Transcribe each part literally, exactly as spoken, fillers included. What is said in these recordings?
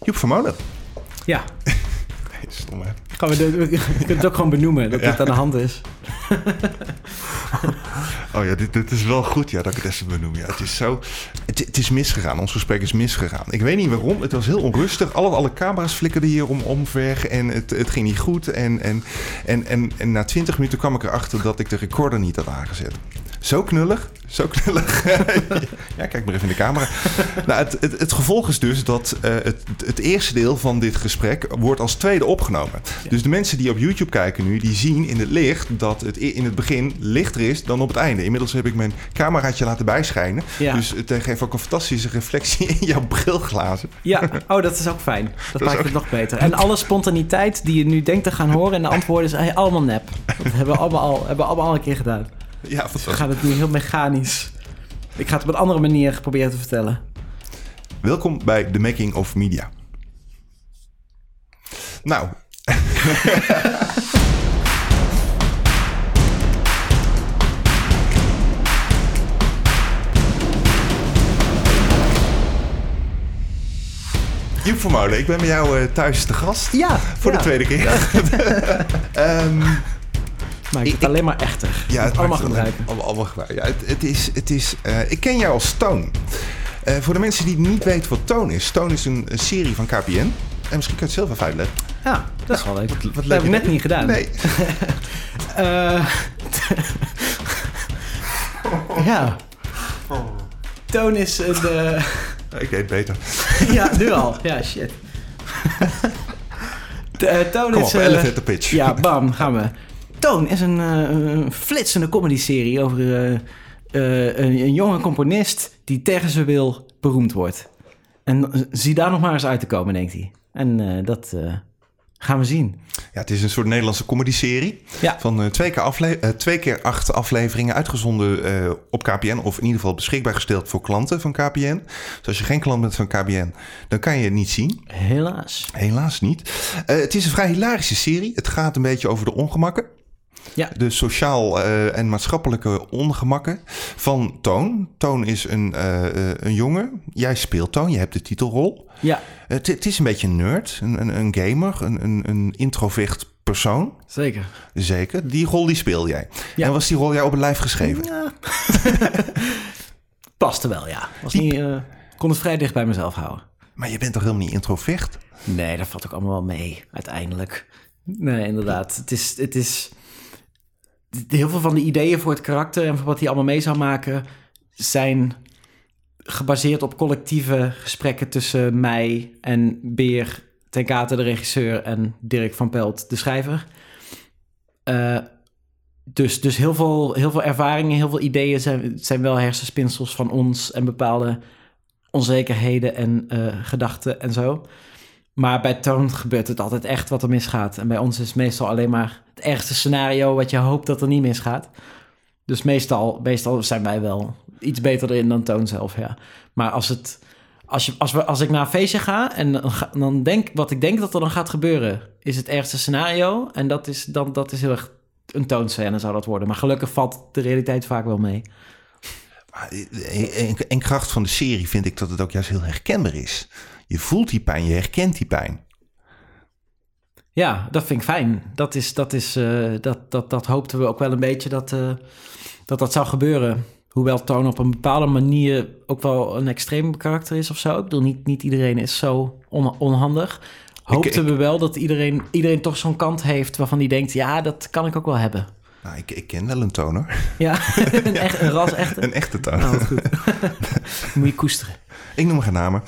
Joep Vermolen. Ja. Nee, stom hè. Gaan we, de, we kunnen het ook gewoon benoemen, dat Ja. het aan de hand is. Oh ja, dit, dit is wel goed ja, dat ik het even benoem. Ja, het is zo... Het, het is misgegaan. Ons gesprek is misgegaan. Ik weet niet waarom. Het was heel onrustig. Alle, alle camera's flikkerden hier om, omver. En het, het ging niet goed. En, en, en, en, en na twintig minuten kwam ik erachter dat ik de recorder niet had aangezet. Zo knullig. Zo knullig. Ja, kijk maar even in de camera. Nou, het, het, het gevolg is dus dat uh, het, het eerste deel van dit gesprek wordt als tweede opgenomen. Ja. Dus de mensen die op YouTube kijken nu, die zien in het licht dat het in het begin lichter is dan op het einde. Inmiddels heb ik mijn cameraatje laten bijschijnen. Ja. Dus het geeft ook een fantastische reflectie in jouw brilglazen. Ja, oh, dat is ook fijn. Dat, dat maakt ook... het nog beter. En alle spontaniteit die je nu denkt te gaan horen en de antwoorden is allemaal nep. Dat hebben we allemaal al, hebben we allemaal al een keer gedaan. Ja, fantastisch. We gaan het nu heel mechanisch. Ik ga het op een andere manier proberen te vertellen. Welkom bij The Making of Media. Nou. Joep Vermolen, ik ben bij jou uh, thuis te gast. Ja. Voor ja. de tweede keer. Ja. um, Maakt het ik, alleen maar echter. Ja, het allemaal gebruiken. Allemaal, allemaal gebruiken. Ja, het, het is, het is, uh, ik ken jou als Toon. Uh, voor de mensen die niet weten wat Toon is. Toon is een, een serie van K P N. En misschien kun je het zelf even uitleggen. Ja, dat is wel leuk. Wat, wat dat heb ik net niet gedaan. Nee. uh, ja. Toon is een... Uh... Ik weet het beter. Ja, nu al. Ja, shit. uh, Toon Kom is... op, uh, elevator pitch. Ja, bam, gaan we. Toon is een, uh, een flitsende comedyserie over uh, uh, een, een jonge componist die tegen zijn wil beroemd wordt. En zie daar nog maar eens uit te komen, denkt hij. En uh, dat uh, gaan we zien. Ja, het is een soort Nederlandse comedyserie. Ja. Van uh, twee, keer afle- uh, twee keer acht afleveringen uitgezonden uh, op K P N. Of in ieder geval beschikbaar gesteld voor klanten van K P N. Dus als je geen klant bent van K P N, dan kan je het niet zien. Helaas. Helaas niet. Uh, het is een vrij hilarische serie. Het gaat een beetje over de ongemakken. Ja. De sociaal uh, en maatschappelijke ongemakken van Toon. Toon is een, uh, uh, een jongen. Jij speelt Toon, je hebt de titelrol. Ja. Het, het is een beetje een nerd, een, een, een gamer, een, een, een introvert persoon. Zeker. Zeker. Die rol die speel jij. Ja. En was die rol jou op het lijf geschreven? Ja. Paste wel, ja. Was die... niet, uh, kon het vrij dicht bij mezelf houden. Maar je bent toch helemaal niet introvert? Nee, dat valt ook allemaal wel mee, uiteindelijk. Nee, inderdaad. Het is... Het is... Heel veel van de ideeën voor het karakter en voor wat hij allemaal mee zou maken zijn gebaseerd op collectieve gesprekken tussen mij en Beer ten Kate, de regisseur, en Dirk van Pelt, de schrijver. Uh, dus dus heel, veel, heel veel ervaringen, heel veel ideeën zijn, zijn wel hersenspinsels van ons en bepaalde onzekerheden en uh, gedachten en zo. Maar bij Toon gebeurt het altijd echt wat er misgaat. En bij ons is het meestal alleen maar het ergste scenario wat je hoopt dat er niet misgaat. Dus meestal, meestal zijn wij wel iets beter erin dan Toon zelf, ja. Maar als, het, als, je, als, we, als ik naar een feestje ga en dan, dan denk wat ik denk dat er dan gaat gebeuren, is het ergste scenario. En dat is, dan, dat is heel erg een Toonscène zou dat worden. Maar gelukkig valt de realiteit vaak wel mee. In, in kracht van de serie vind ik dat het ook juist heel herkenbaar is. Je voelt die pijn, je herkent die pijn. Ja, dat vind ik fijn. Dat, is, dat, is, uh, dat, dat, dat hoopten we ook wel een beetje dat, uh, dat dat zou gebeuren. Hoewel Toon op een bepaalde manier ook wel een extreem karakter is of zo. Ik bedoel, niet, niet iedereen is zo on, onhandig. Hoopten ik, ik, we wel dat iedereen, iedereen toch zo'n kant heeft waarvan die denkt, ja, dat kan ik ook wel hebben. Nou, ik, ik ken wel een Toon, hoor. Ja, een, echt, een ras echte. Een echte Toon. Nou, goed. Moet je koesteren. Ik noem geen namen.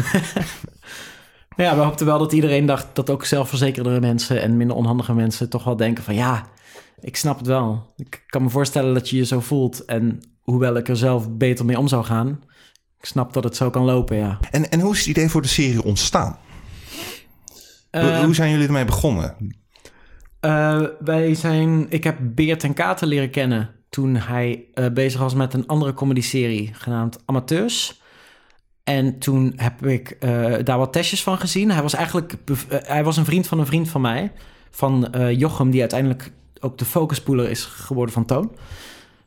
Ja, we hoopten wel dat iedereen dacht dat ook zelfverzekerdere mensen en minder onhandige mensen toch wel denken van ja, ik snap het wel. Ik kan me voorstellen dat je je zo voelt en hoewel ik er zelf beter mee om zou gaan, ik snap dat het zo kan lopen, ja. En, en hoe is het idee voor de serie ontstaan? Uh, hoe zijn jullie ermee begonnen? Uh, wij zijn, ik heb Beer ten Kate leren kennen toen hij uh, bezig was met een andere comedyserie genaamd Amateurs. En toen heb ik uh, daar wat testjes van gezien. Hij was eigenlijk bev- uh, hij was een vriend van een vriend van mij, van uh, Jochem, die uiteindelijk ook de focuspoeler is geworden van Toon.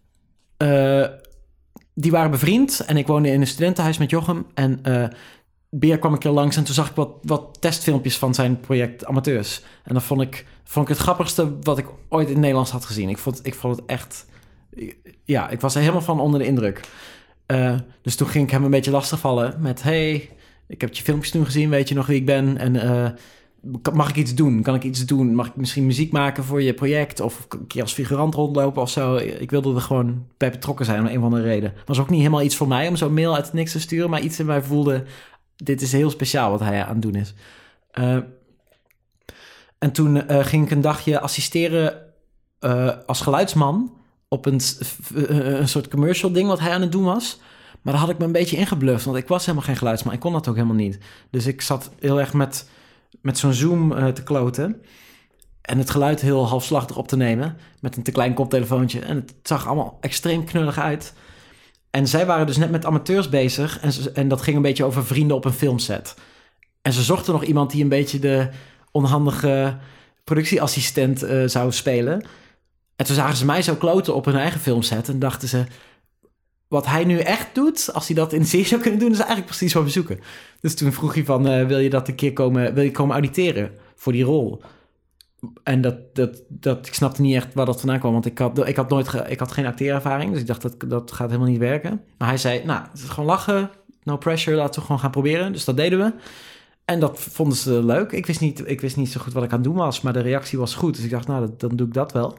Uh, die waren bevriend en ik woonde in een studentenhuis met Jochem. En uh, Beer kwam een keer langs en toen zag ik wat, wat testfilmpjes van zijn project Amateurs. En dan vond ik, vond ik het grappigste wat ik ooit in het Nederlands had gezien. Ik vond, ik vond het echt... Ja, ik was er helemaal van onder de indruk. Uh, dus toen ging ik hem een beetje lastigvallen met... Hey, ik heb je filmpjes toen gezien, weet je nog wie ik ben? En uh, mag ik iets doen? Kan ik iets doen? Mag ik misschien muziek maken voor je project? Of een keer als figurant rondlopen of zo? Ik wilde er gewoon bij betrokken zijn om een of andere reden. Was ook niet helemaal iets voor mij om zo'n mail uit het niks te sturen... maar iets in mij voelde... dit is heel speciaal wat hij aan het doen is. Uh, en toen uh, ging ik een dagje assisteren uh, als geluidsman... op een, een soort commercial ding wat hij aan het doen was. Maar daar had ik me een beetje ingebluft... want ik was helemaal geen geluidsman. Ik kon dat ook helemaal niet. Dus ik zat heel erg met, met zo'n Zoom uh, te kloten... en het geluid heel halfslachtig op te nemen... met een te klein koptelefoontje. En het zag allemaal extreem knullig uit... En zij waren dus net met amateurs bezig... En, ze, en dat ging een beetje over vrienden op een filmset. En ze zochten nog iemand die een beetje de onhandige productieassistent uh, zou spelen. En toen zagen ze mij zo kloten op hun eigen filmset... en dachten ze, wat hij nu echt doet... als hij dat in de serie zou kunnen doen... is eigenlijk precies wat we zoeken. Dus toen vroeg hij van, uh, wil je dat een keer komen, wil je komen auditeren voor die rol... En dat, dat, dat, ik snapte niet echt waar dat vandaan kwam. Want ik had, ik had nooit ge, ik had geen acteerervaring. Dus ik dacht, dat, dat gaat helemaal niet werken. Maar hij zei, nou, het is gewoon lachen. No pressure, laten we gewoon gaan proberen. Dus dat deden we. En dat vonden ze leuk. Ik wist niet, ik wist niet zo goed wat ik aan het doen was. Maar de reactie was goed. Dus ik dacht, nou, dat, dan doe ik dat wel.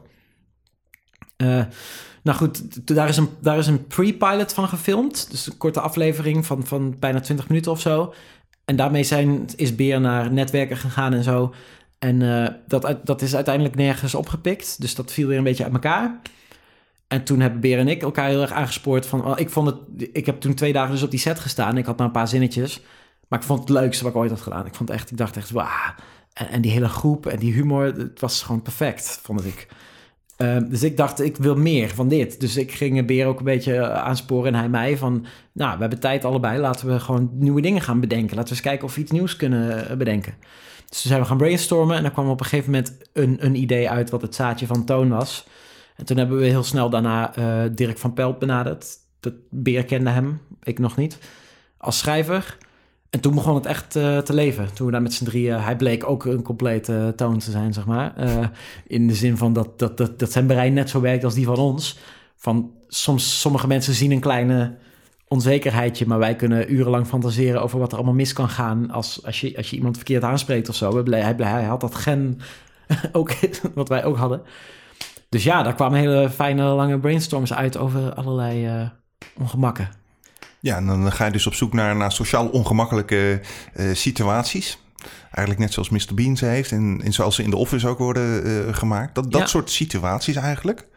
Uh, nou goed, daar is een, daar is een pre-pilot van gefilmd. Dus een korte aflevering van, van bijna twintig minuten of zo. En daarmee zijn, is Beer naar netwerken gegaan en zo... En uh, dat, dat is uiteindelijk nergens opgepikt. Dus dat viel weer een beetje uit elkaar. En toen hebben Beer en ik elkaar heel erg aangespoord van... Oh, ik, vond het, ik heb toen twee dagen dus op die set gestaan. Ik had maar een paar zinnetjes. Maar ik vond het leukste wat ik ooit had gedaan. Ik vond echt, ik dacht echt, wauw. En, en die hele groep en die humor, het was gewoon perfect, vond ik. Uh, dus ik dacht, ik wil meer van dit. Dus ik ging Beer ook een beetje aansporen en hij mij van... Nou, we hebben tijd allebei. Laten we gewoon nieuwe dingen gaan bedenken. Laten we eens kijken of we iets nieuws kunnen bedenken. Dus toen zijn we gaan brainstormen en dan kwam op een gegeven moment een, een idee uit wat het zaadje van Toon was. En toen hebben we heel snel daarna uh, Dirk van Pelt benaderd. De Beer kende hem, ik nog niet, als schrijver. En toen begon het echt uh, te leven. Toen we daar met z'n drieën, hij bleek ook een complete uh, Toon te zijn, zeg maar. Uh, in de zin van dat, dat, dat, dat zijn brein net zo werkt als die van ons. Van soms, sommige mensen zien een kleine... onzekerheidje, maar wij kunnen urenlang fantaseren over wat er allemaal mis kan gaan als, als, je, als je iemand verkeerd aanspreekt of zo. Hij, hij, hij had dat gen ook, wat wij ook hadden. Dus ja, daar kwamen hele fijne lange brainstorms uit over allerlei uh, ongemakken. Ja, en dan ga je dus op zoek naar, naar sociaal ongemakkelijke uh, situaties. Eigenlijk net zoals mister Bean ze heeft en, en zoals ze in The Office ook worden uh, gemaakt. Dat, dat ja. soort situaties eigenlijk.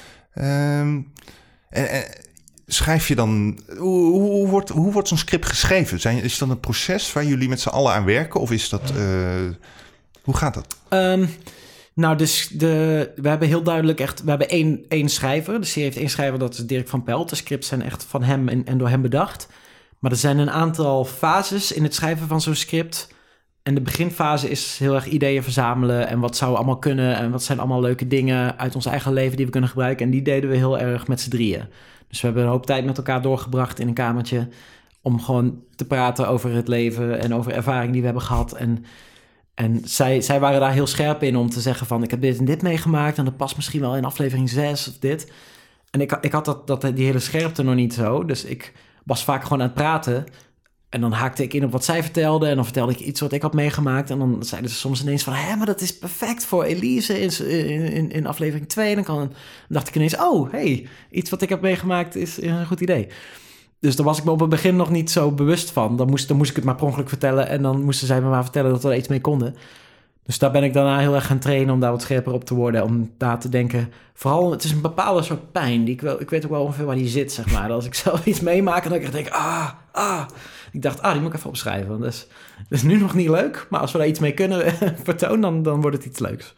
Um, en, en, Schrijf je dan... Hoe, hoe wordt, hoe wordt zo'n script geschreven? Zijn, is dat een proces waar jullie met z'n allen aan werken? Of is dat... Uh, hoe gaat dat? Um, nou, dus de, we hebben heel duidelijk echt... We hebben één, één schrijver. De serie heeft één schrijver, dat is Dirk van Pelt. De scripts zijn echt van hem en, en door hem bedacht. Maar er zijn een aantal fases in het schrijven van zo'n script. En de beginfase is heel erg ideeën verzamelen... en wat zou allemaal kunnen... en wat zijn allemaal leuke dingen uit ons eigen leven die we kunnen gebruiken. En die deden we heel erg met z'n drieën. Dus we hebben een hoop tijd met elkaar doorgebracht in een kamertje... om gewoon te praten over het leven en over ervaringen die we hebben gehad. En, en zij, zij waren daar heel scherp in om te zeggen van... ik heb dit en dit meegemaakt en dat past misschien wel in aflevering zes of dit. En ik, ik had dat, dat, die hele scherpte nog niet zo. Dus ik was vaak gewoon aan het praten... En dan haakte ik in op wat zij vertelde... en dan vertelde ik iets wat ik had meegemaakt... en dan zeiden ze soms ineens van... hé, maar dat is perfect voor Elise in, in, in aflevering twee. En dan, kan, dan dacht ik ineens... oh, hey, iets wat ik heb meegemaakt is een goed idee. Dus daar was ik me op het begin nog niet zo bewust van. Dan moest, dan moest ik het maar per ongeluk vertellen... en dan moesten zij me maar vertellen dat we er iets mee konden. Dus daar ben ik daarna heel erg gaan trainen... om daar wat scherper op te worden. Om daar te denken... vooral, het is een bepaalde soort pijn... Die ik, wel, ik weet ook wel ongeveer waar die zit, zeg maar. Als ik zelf iets meemaak... en dan denk ik... ah, ah... Ik dacht, ah, die moet ik even opschrijven. Dus dat is nu nog niet leuk. Maar als we daar iets mee kunnen vertonen, dan, dan wordt het iets leuks.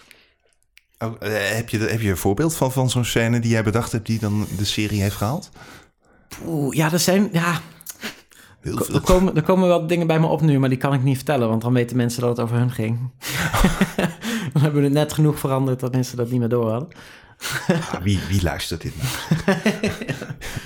Oh, uh, heb, je, heb je een voorbeeld van, van zo'n scène die jij bedacht hebt... die dan de serie heeft gehaald? Oeh, ja, er zijn... Ja, er, komen, er komen wel dingen bij me op nu, maar die kan ik niet vertellen. Want dan weten mensen dat het over hun ging. Dan hebben we het net genoeg veranderd dat mensen dat niet meer door hadden. Ah, wie, wie luistert dit nou?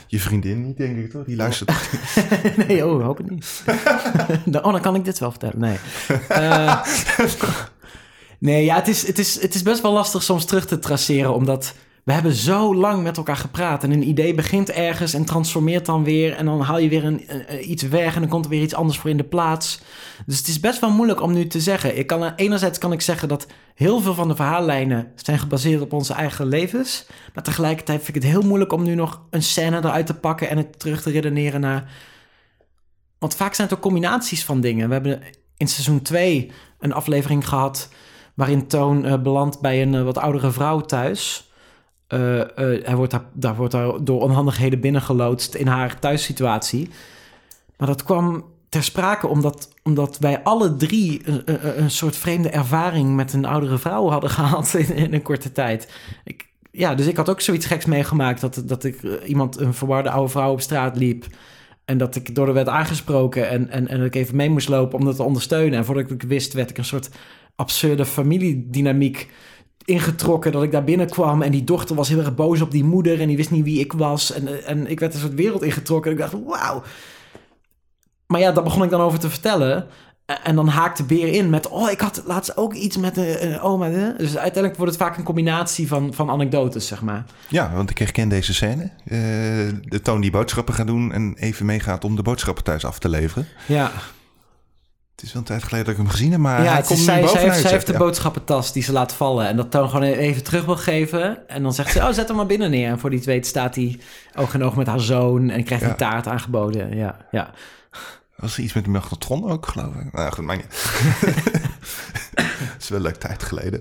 Je vriendin niet, denk ik, toch? Die luistert. Nee, oh, hoop het niet. Oh, dan kan ik dit wel vertellen. Nee. Uh, nee, ja, het is, het, is, het is best wel lastig soms terug te traceren, omdat we hebben zo lang met elkaar gepraat. En een idee begint ergens en transformeert dan weer. En dan haal je weer een, een, iets weg en dan komt er weer iets anders voor in de plaats. Dus het is best wel moeilijk om nu te zeggen. Ik kan, enerzijds kan ik zeggen dat heel veel van de verhaallijnen zijn gebaseerd op onze eigen levens. Maar tegelijkertijd vind ik het heel moeilijk om nu nog een scène eruit te pakken en het terug te redeneren naar... Want vaak zijn het ook combinaties van dingen. We hebben in seizoen twee een aflevering gehad waarin Toon uh, belandt bij een uh, wat oudere vrouw thuis... Uh, uh, hij wordt daar, daar wordt daar door onhandigheden binnengeloodst in haar thuissituatie. Maar dat kwam ter sprake omdat, omdat wij alle drie een, een, een soort vreemde ervaring met een oudere vrouw hadden gehad in, in een korte tijd. Ik, ja, dus ik had ook zoiets geks meegemaakt dat, dat ik uh, iemand, een verwarde oude vrouw op straat liep. En dat ik door de werd aangesproken en, en, en dat ik even mee moest lopen om dat te ondersteunen. En voordat ik wist, werd ik een soort absurde familiedynamiek ingetrokken, dat ik daar binnenkwam en die dochter was heel erg boos op die moeder en die wist niet wie ik was en, en ik werd een soort wereld ingetrokken en ik dacht, wauw. Maar ja, daar begon ik dan over te vertellen en dan haakte Beer in met, oh, ik had laatst ook iets met een oma. Dus uiteindelijk wordt het vaak een combinatie van, van anekdotes, zeg maar. Ja, want ik herken deze scène. Uh, de Toon die boodschappen gaat doen en even meegaat om de boodschappen thuis af te leveren. Ja. Het is wel een tijd geleden dat ik hem gezien heb, maar ja, hij het komt is, nu zij, bovenuit. Zij heeft, zij heeft de ja. boodschappentas die ze laat vallen. En dat Toon gewoon even terug wil geven. En dan zegt ze, oh, zet hem maar binnen neer. En voor die twee staat hij oog in oog met haar zoon. En krijgt ja. een taart aangeboden. Ja, ja. Was er iets met de magnetron ook, geloof ik? Nou goed, maar niet. Het is wel een leuk tijd geleden.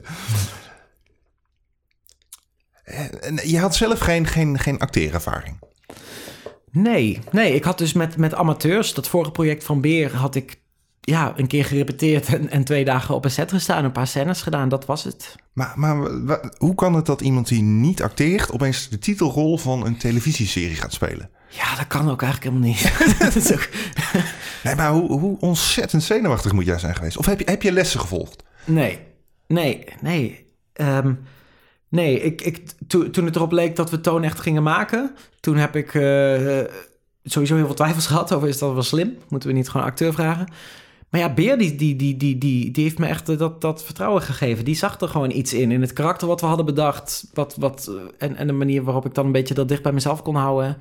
En je had zelf geen, geen, geen acteerervaring? Nee, nee. Ik had dus met, met amateurs, dat vorige project van Beer, had ik ja, een keer gerepeteerd en, en twee dagen op een set gestaan, een paar scènes gedaan, dat was het. Maar, maar wa, hoe kan het dat iemand die niet acteert opeens de titelrol van een televisieserie gaat spelen? Ja, dat kan ook eigenlijk helemaal niet. Dat is ook... Nee, maar hoe, hoe ontzettend zenuwachtig moet jij zijn geweest? Of heb je, heb je lessen gevolgd? Nee, nee, nee. Um, nee, ik, ik, to, toen het erop leek dat we Toon echt gingen maken, toen heb ik uh, sowieso heel veel twijfels gehad over, is dat wel slim? Moeten we niet gewoon een acteur vragen? Maar ja, Beer, die, die, die, die, die, die heeft me echt dat, dat vertrouwen gegeven. Die zag er gewoon iets in, in het karakter wat we hadden bedacht. Wat, wat, en, en de manier waarop ik dan een beetje dat dicht bij mezelf kon houden.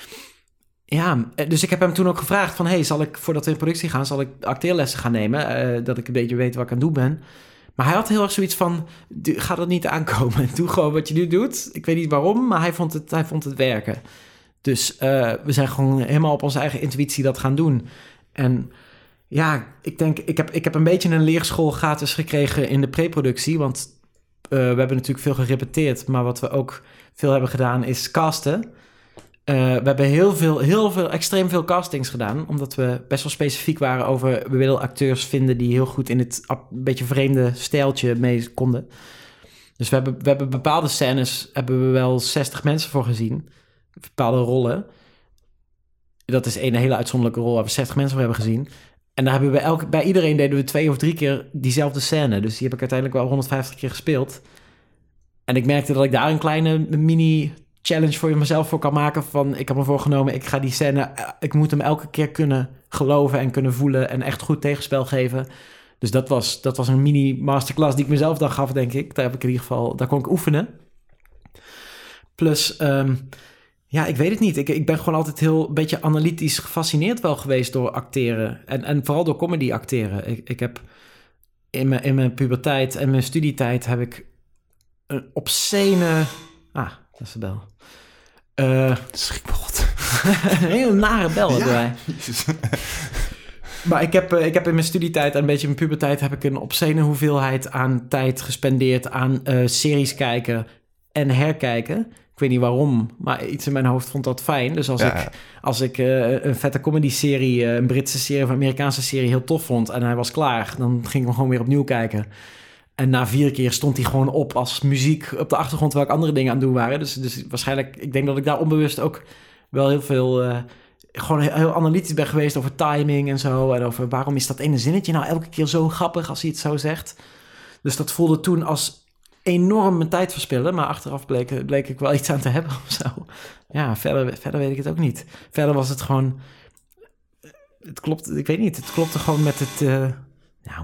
Ja, dus ik heb hem toen ook gevraagd van, hey, zal ik, voordat we in productie gaan, zal ik acteerlessen gaan nemen? Uh, dat ik een beetje weet wat ik aan het doen ben. Maar hij had heel erg zoiets van, ga er niet aankomen. Doe gewoon wat je nu doet. Ik weet niet waarom, maar hij vond het, hij vond het werken. Dus uh, we zijn gewoon helemaal op onze eigen intuïtie dat gaan doen. En ja, ik denk, ik heb, ik heb een beetje een leerschool gratis gekregen in de preproductie. Want uh, we hebben natuurlijk veel gerepeteerd. Maar wat we ook veel hebben gedaan is casten. Uh, we hebben heel veel, heel veel, extreem veel castings gedaan. Omdat we best wel specifiek waren over, we willen acteurs vinden die heel goed in het een beetje vreemde stijltje mee konden. Dus we hebben, we hebben bepaalde scènes, hebben we wel zestig mensen voor gezien. Bepaalde rollen. Dat is een hele uitzonderlijke rol waar we zestig mensen voor hebben gezien. En daar hebben we elke, bij iedereen deden we twee of drie keer diezelfde scène. Dus die heb ik uiteindelijk wel honderdvijftig keer gespeeld. En ik merkte dat ik daar een kleine mini-challenge voor mezelf voor kan maken. Van, ik heb me voorgenomen, ik ga die scène, ik moet hem elke keer kunnen geloven en kunnen voelen en echt goed tegenspel geven. Dus dat was, dat was een mini-masterclass die ik mezelf dan gaf, denk ik. Daar heb ik in ieder geval, daar kon ik oefenen. Plus, um, ja, ik weet het niet. Ik, ik ben gewoon altijd heel een beetje analytisch gefascineerd wel geweest door acteren. En, en vooral door comedy acteren. Ik, ik heb in mijn, in mijn puberteit en mijn studietijd heb ik een obscene... Ah, dat is de bel. Uh, Schikbord. Een hele nare bel hebben wij. Ja. Maar ik heb, ik heb in mijn studietijd en een beetje in mijn puberteit heb ik een obscene hoeveelheid aan tijd gespendeerd aan uh, series kijken en herkijken. Ik weet niet waarom, maar iets in mijn hoofd vond dat fijn. Dus als ja. ik, als ik uh, een vette comedy-serie, uh, een Britse serie of een Amerikaanse serie heel tof vond en hij was klaar, dan ging ik hem gewoon weer opnieuw kijken. En na vier keer stond hij gewoon op als muziek op de achtergrond terwijl ik andere dingen aan het doen waren. Dus, dus waarschijnlijk, ik denk dat ik daar onbewust ook wel heel veel... Uh, gewoon heel, heel analytisch ben geweest over timing en zo. En over waarom is dat ene zinnetje nou elke keer zo grappig als hij het zo zegt. Dus dat voelde toen als enorm mijn tijd verspillen. Maar achteraf bleek, bleek ik wel iets aan te hebben of zo. Ja, verder, verder weet ik het ook niet. Verder was het gewoon... Het klopt, ik weet niet. Het klopte gewoon met het... Uh, nou...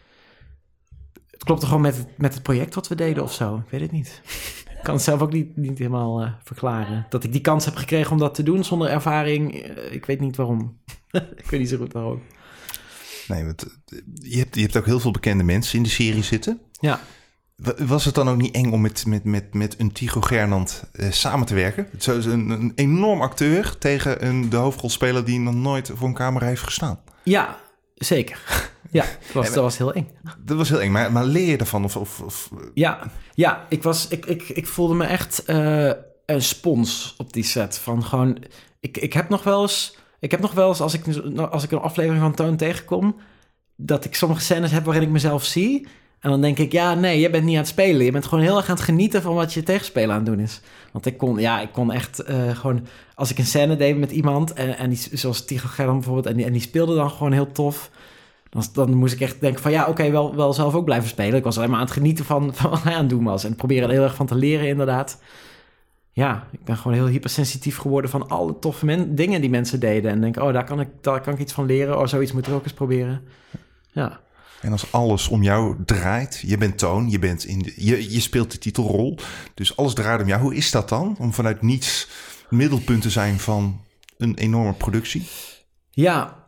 Het klopte gewoon met het, met het project wat we deden of zo. Ik weet het niet. Ik kan het zelf ook niet, niet helemaal uh, verklaren. Dat ik die kans heb gekregen om dat te doen zonder ervaring. Uh, ik weet niet waarom. Ik weet niet zo goed waarom. Nee, want je hebt, je hebt ook heel veel bekende mensen in de serie zitten. Ja. Was het dan ook niet eng om met, met, met, met een Tycho Gernand uh, samen te werken? Het is een, een enorm acteur tegen een, de hoofdrolspeler die nog nooit voor een camera heeft gestaan. Ja, zeker. Ja, dat was, dat was heel eng. Dat was heel eng, maar, maar leer je ervan? Of, of, of... Ja, ja ik, was, ik, ik, ik voelde me echt uh, een spons op die set. Van gewoon, ik, ik heb nog wel eens, ik heb nog wel eens als ik, als ik een aflevering van Toon tegenkom, dat ik sommige scènes heb waarin ik mezelf zie. En dan denk ik, ja, nee, je bent niet aan het spelen. Je bent gewoon heel erg aan het genieten van wat je tegenspeler aan het doen is. Want ik kon, ja, ik kon echt uh, gewoon... Als ik een scène deed met iemand, en, en die, zoals Tycho Gernand bijvoorbeeld, en die, en die speelde dan gewoon heel tof, dan, dan moest ik echt denken van, ja, oké, okay, wel, wel zelf ook blijven spelen. Ik was alleen maar aan het genieten van, van wat hij aan het doen was. En proberen er heel erg van te leren, inderdaad. Ja, ik ben gewoon heel hypersensitief geworden van alle toffe men- dingen die mensen deden. En denk, oh, daar kan ik, daar kan ik iets van leren. Oh, zoiets moet ik ook eens proberen. Ja. En als alles om jou draait, je bent Toon, je, bent in de, je, je speelt de titelrol, dus alles draait om jou. Hoe is dat dan, om vanuit niets middelpunt te zijn van een enorme productie? Ja,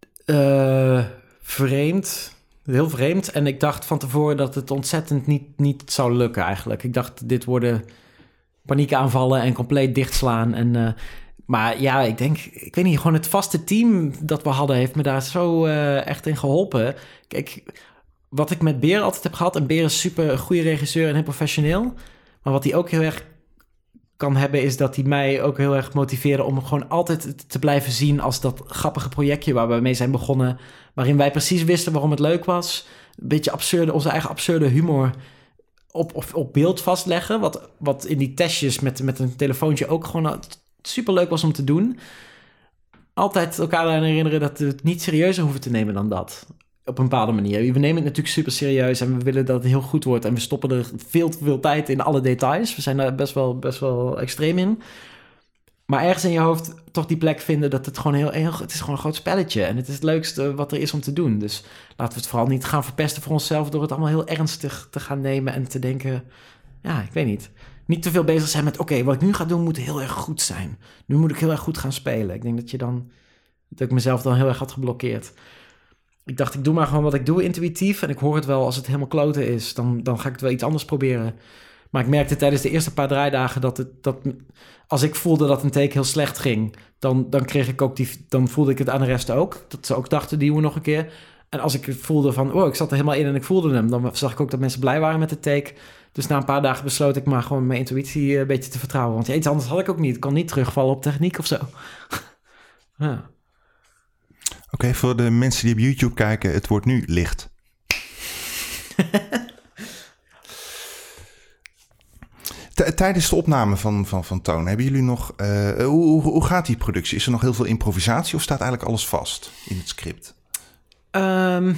uh, vreemd, heel vreemd. En ik dacht van tevoren dat het ontzettend niet, niet zou lukken eigenlijk. Ik dacht, dit worden paniekaanvallen en compleet dichtslaan. En, uh, maar ja, ik denk, ik weet niet, gewoon het vaste team dat we hadden heeft me daar zo uh, echt in geholpen. Kijk, wat ik met Beer altijd heb gehad, en Beer is super goede regisseur en heel professioneel, maar wat hij ook heel erg kan hebben, is dat hij mij ook heel erg motiveerde om gewoon altijd te blijven zien als dat grappige projectje waar we mee zijn begonnen, waarin wij precies wisten waarom het leuk was. Een beetje absurde, onze eigen absurde humor op, op, op beeld vastleggen, wat, wat in die testjes met, met een telefoontje ook gewoon super leuk was om te doen. Altijd elkaar aan herinneren dat we het niet serieuzer hoeven te nemen dan dat. Op een bepaalde manier. We nemen het natuurlijk super serieus en we willen dat het heel goed wordt. En we stoppen er veel te veel tijd in alle details. We zijn daar best wel, best wel extreem in. Maar ergens in je hoofd toch die plek vinden dat het gewoon heel, heel... Het is gewoon een groot spelletje. En het is het leukste wat er is om te doen. Dus laten we het vooral niet gaan verpesten voor onszelf door het allemaal heel ernstig te gaan nemen en te denken... Ja, ik weet niet. Niet te veel bezig zijn met, oké, okay, wat ik nu ga doen moet heel erg goed zijn. Nu moet ik heel erg goed gaan spelen. Ik denk dat je dan, dat ik mezelf dan heel erg had geblokkeerd. Ik dacht, ik doe maar gewoon wat ik doe intuïtief. En ik hoor het wel, als het helemaal kloten is, dan, dan ga ik het wel iets anders proberen. Maar ik merkte tijdens de eerste paar draaidagen dat het, dat als ik voelde dat een take heel slecht ging, dan, dan kreeg ik ook die, dan voelde ik het aan de rest ook. Dat ze ook dachten, die doen we nog een keer. En als ik voelde van, oh, ik zat er helemaal in en ik voelde hem, dan zag ik ook dat mensen blij waren met de take. Dus na een paar dagen besloot ik maar gewoon mijn intuïtie een beetje te vertrouwen. Want ja, iets anders had ik ook niet. Ik kon niet terugvallen op techniek of zo. Ja. Oké, okay, voor de mensen die op YouTube kijken, het wordt nu licht. T- Tijdens de opname van, van, van Toon, hebben jullie nog... Uh, hoe, hoe gaat die productie? Is er nog heel veel improvisatie of staat eigenlijk alles vast in het script? Um,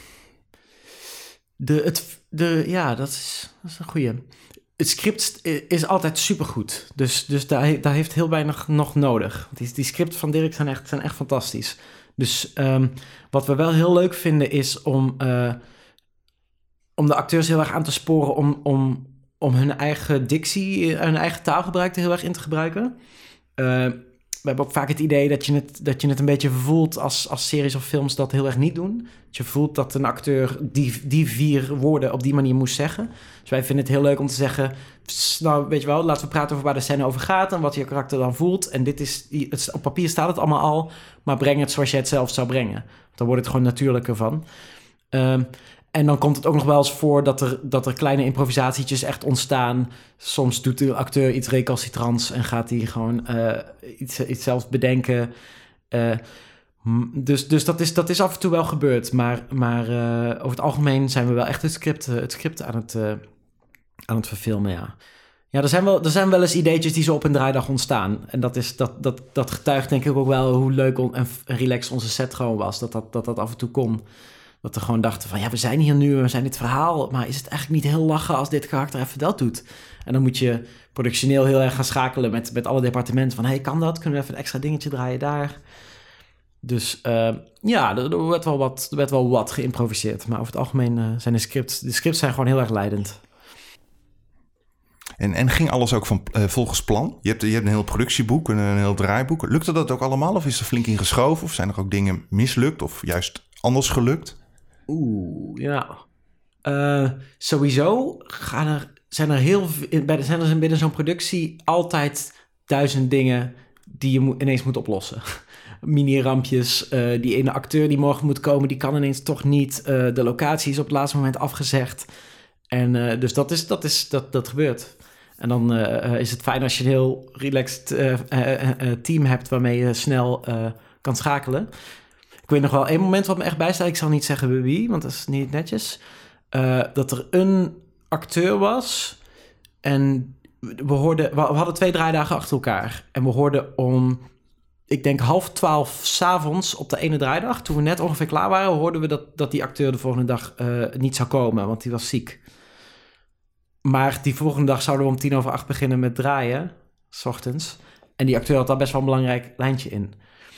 de, het, de, ja, dat is, dat is een goeie. Het script is altijd supergoed. Dus, dus daar, daar heeft heel weinig nog nodig. Die, die scripts van Dirk zijn echt, zijn echt fantastisch. Dus um, wat we wel heel leuk vinden is om, uh, om de acteurs heel erg aan te sporen om, om, om hun eigen dictie, hun eigen taalgebruik er heel erg in te gebruiken. Uh, we hebben ook vaak het idee dat je het, dat je het een beetje voelt als, als series of films dat heel erg niet doen. Dat je voelt dat een acteur die, die vier woorden op die manier moest zeggen. Dus wij vinden het heel leuk om te zeggen, nou weet je wel, laten we praten over waar de scène over gaat en wat je karakter dan voelt. En dit is, het, op papier staat het allemaal al, maar breng het zoals je het zelf zou brengen. Dan wordt het gewoon natuurlijker van. Um, En dan komt het ook nog wel eens voor dat er, dat er kleine improvisatietjes echt ontstaan. Soms doet de acteur iets recalcitrants en gaat hij gewoon uh, iets, iets zelfs bedenken. Uh, dus dus dat, is, dat is af en toe wel gebeurd. Maar, maar uh, over het algemeen zijn we wel echt het script, het script aan, het, uh, aan het verfilmen, ja. Ja, er zijn, wel, er zijn wel eens ideetjes die zo op een draaidag ontstaan. En dat, is, dat, dat, dat getuigt denk ik ook wel hoe leuk on, en relaxed onze set gewoon was. Dat dat, dat dat af en toe kon. Dat we gewoon dachten van, ja, we zijn hier nu, we zijn dit verhaal, maar is het eigenlijk niet heel lachen als dit karakter even dat doet? En dan moet je productioneel heel erg gaan schakelen met, met alle departementen van, hey, kan dat? Kunnen we even een extra dingetje draaien daar? Dus uh, ja, er, er, werd wel wat, er werd wel wat geïmproviseerd. Maar over het algemeen uh, zijn de scripts, de scripts zijn gewoon heel erg leidend. En, en ging alles ook van, uh, volgens plan? Je hebt, je hebt een heel productieboek, een, een heel draaiboek. Lukte dat ook allemaal of is er flink in geschoven? Of zijn er ook dingen mislukt of juist anders gelukt? Oeh, ja. Uh, sowieso gaan er, zijn er heel bij de zijn er binnen zo'n productie altijd duizend dingen die je moet, ineens moet oplossen. Mini-rampjes, uh, die ene acteur die morgen moet komen, die kan ineens toch niet. Uh, de locatie is op het laatste moment afgezegd. En uh, dus dat, is, dat, is, dat, dat gebeurt. En dan uh, is het fijn als je een heel relaxed uh, uh, uh, team hebt waarmee je snel uh, kan schakelen. Ik weet nog wel één moment wat me echt bijstaat. Ik zal niet zeggen wie, want dat is niet netjes. Uh, dat er een acteur was en we hoorden, we hadden twee draaidagen achter elkaar. En we hoorden om, ik denk half twaalf 's avonds op de ene draaidag, toen we net ongeveer klaar waren, hoorden we dat, dat die acteur de volgende dag uh, niet zou komen, want die was ziek. Maar die volgende dag zouden we om tien over acht beginnen met draaien, 's ochtends. En die acteur had daar best wel een belangrijk lijntje in.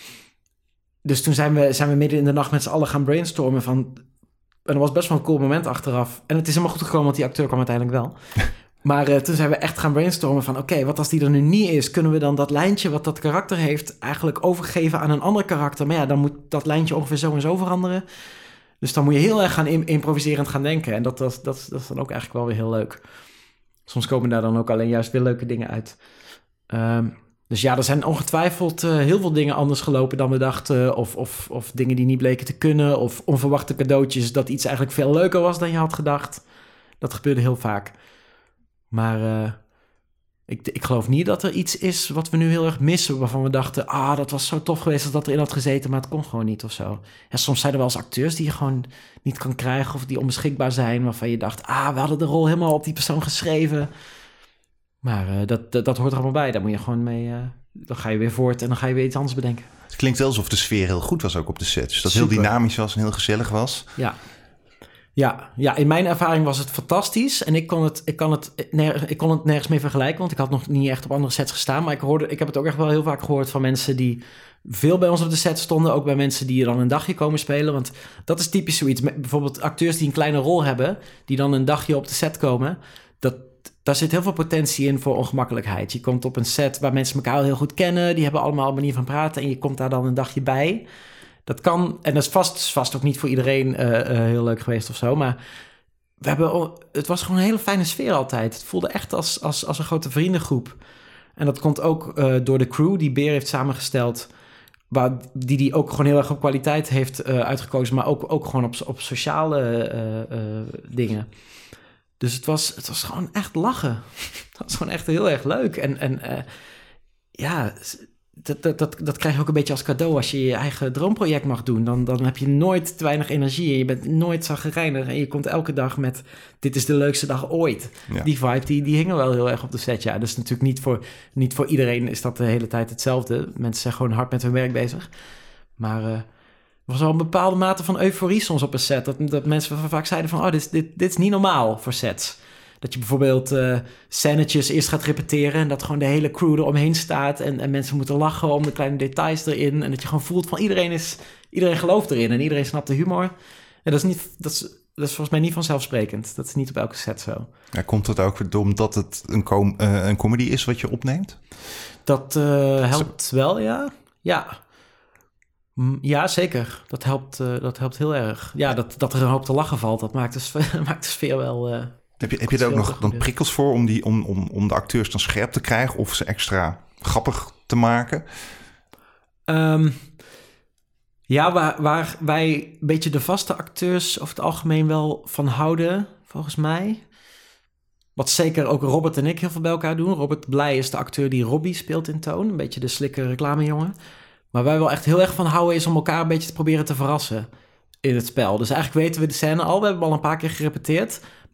Dus toen zijn we, zijn we midden in de nacht met z'n allen gaan brainstormen van... En dat was best wel een cool moment achteraf. En het is helemaal goed gekomen, want die acteur kwam uiteindelijk wel. Maar uh, toen zijn we echt gaan brainstormen van... Oké, okay, wat als die er nu niet is? Kunnen we dan dat lijntje wat dat karakter heeft... eigenlijk overgeven aan een ander karakter? Maar ja, dan moet dat lijntje ongeveer zo en zo veranderen. Dus dan moet je heel erg gaan im- improviserend gaan denken. En dat, dat, dat, dat is dan ook eigenlijk wel weer heel leuk. Soms komen daar dan ook alleen juist weer leuke dingen uit. Um, dus ja, er zijn ongetwijfeld uh, heel veel dingen anders gelopen dan we dachten. Of, of, of dingen die niet bleken te kunnen. Of onverwachte cadeautjes dat iets eigenlijk veel leuker was dan je had gedacht. Dat gebeurde heel vaak. Maar uh, ik, ik geloof niet dat er iets is wat we nu heel erg missen. Waarvan we dachten, ah, dat was zo tof geweest als dat erin had gezeten. Maar het kon gewoon niet of zo. Ja, soms zijn er wel eens acteurs die je gewoon niet kan krijgen. Of die onbeschikbaar zijn. Waarvan je dacht, ah, we hadden de rol helemaal op die persoon geschreven. Maar uh, dat, dat, dat hoort er allemaal bij. Daar moet je gewoon mee... Uh, dan ga je weer voort en dan ga je weer iets anders bedenken. Het klinkt wel alsof de sfeer heel goed was ook op de set. Dus dat Super. Heel dynamisch was en heel gezellig was. Ja. Ja, ja, in mijn ervaring was het fantastisch. En ik kon het, ik kan het, ner- ik kon het nergens mee vergelijken. Want ik had nog niet echt op andere sets gestaan. Maar ik, hoorde, ik heb het ook echt wel heel vaak gehoord van mensen die veel bij ons op de set stonden. Ook bij mensen die dan een dagje komen spelen. Want dat is typisch zoiets. Bijvoorbeeld acteurs die een kleine rol hebben. Die dan een dagje op de set komen. Dat, daar zit heel veel potentie in voor ongemakkelijkheid. Je komt op een set waar mensen elkaar al heel goed kennen. Die hebben allemaal een manier van praten. En je komt daar dan een dagje bij. Dat kan, en dat is vast, vast ook niet voor iedereen uh, uh, heel leuk geweest of zo. Maar we hebben, het was gewoon een hele fijne sfeer altijd. Het voelde echt als, als, als een grote vriendengroep. En dat komt ook uh, door de crew die Beer heeft samengesteld. Waar, die die ook gewoon heel erg op kwaliteit heeft uh, uitgekozen. Maar ook, ook gewoon op, op sociale uh, uh, dingen. Dus het was, het was gewoon echt lachen. Het was gewoon echt heel erg leuk. En, en uh, ja... Dat, dat, dat, dat krijg je ook een beetje als cadeau als je je eigen droomproject mag doen. Dan, dan heb je nooit te weinig energie en je bent nooit zagrijnig. En je komt elke dag met, dit is de leukste dag ooit. Ja. Die vibe, die, die hingen wel heel erg op de set, ja. Dus natuurlijk niet voor, niet voor iedereen is dat de hele tijd hetzelfde. Mensen zijn gewoon hard met hun werk bezig. Maar uh, er was wel een bepaalde mate van euforie soms op een set. Dat, dat mensen vaak zeiden van, oh, dit, dit, dit is niet normaal voor sets. Dat je bijvoorbeeld uh, scènetjes eerst gaat repeteren... en dat gewoon de hele crew eromheen staat... En, en mensen moeten lachen om de kleine details erin... en dat je gewoon voelt van iedereen is... iedereen gelooft erin en iedereen snapt de humor. En dat is, niet, dat is, dat is volgens mij niet vanzelfsprekend. Dat is niet op elke set zo. Ja, komt het ook omdat het een, com- uh, een comedy is wat je opneemt? Dat uh, helpt zo. wel, ja. Ja. Ja, zeker. Dat helpt, uh, dat helpt heel erg. Ja, dat, dat er een hoop te lachen valt... dat maakt de sfeer, maakt de sfeer wel... Uh, Heb je, heb je daar ook nog dan prikkels voor om, die, om, om, om de acteurs dan scherp te krijgen... of ze extra grappig te maken? Um, ja, waar, waar wij een beetje de vaste acteurs over het algemeen wel van houden, volgens mij. Wat zeker ook Robert en ik heel veel bij elkaar doen. Robert Blij is de acteur die Robbie speelt in Toon. Een beetje de slikke reclamejongen. Maar waar wij wel echt heel erg van houden is om elkaar een beetje te proberen te verrassen in het spel. Dus eigenlijk weten we de scène al. We hebben al een paar keer gerepeteerd...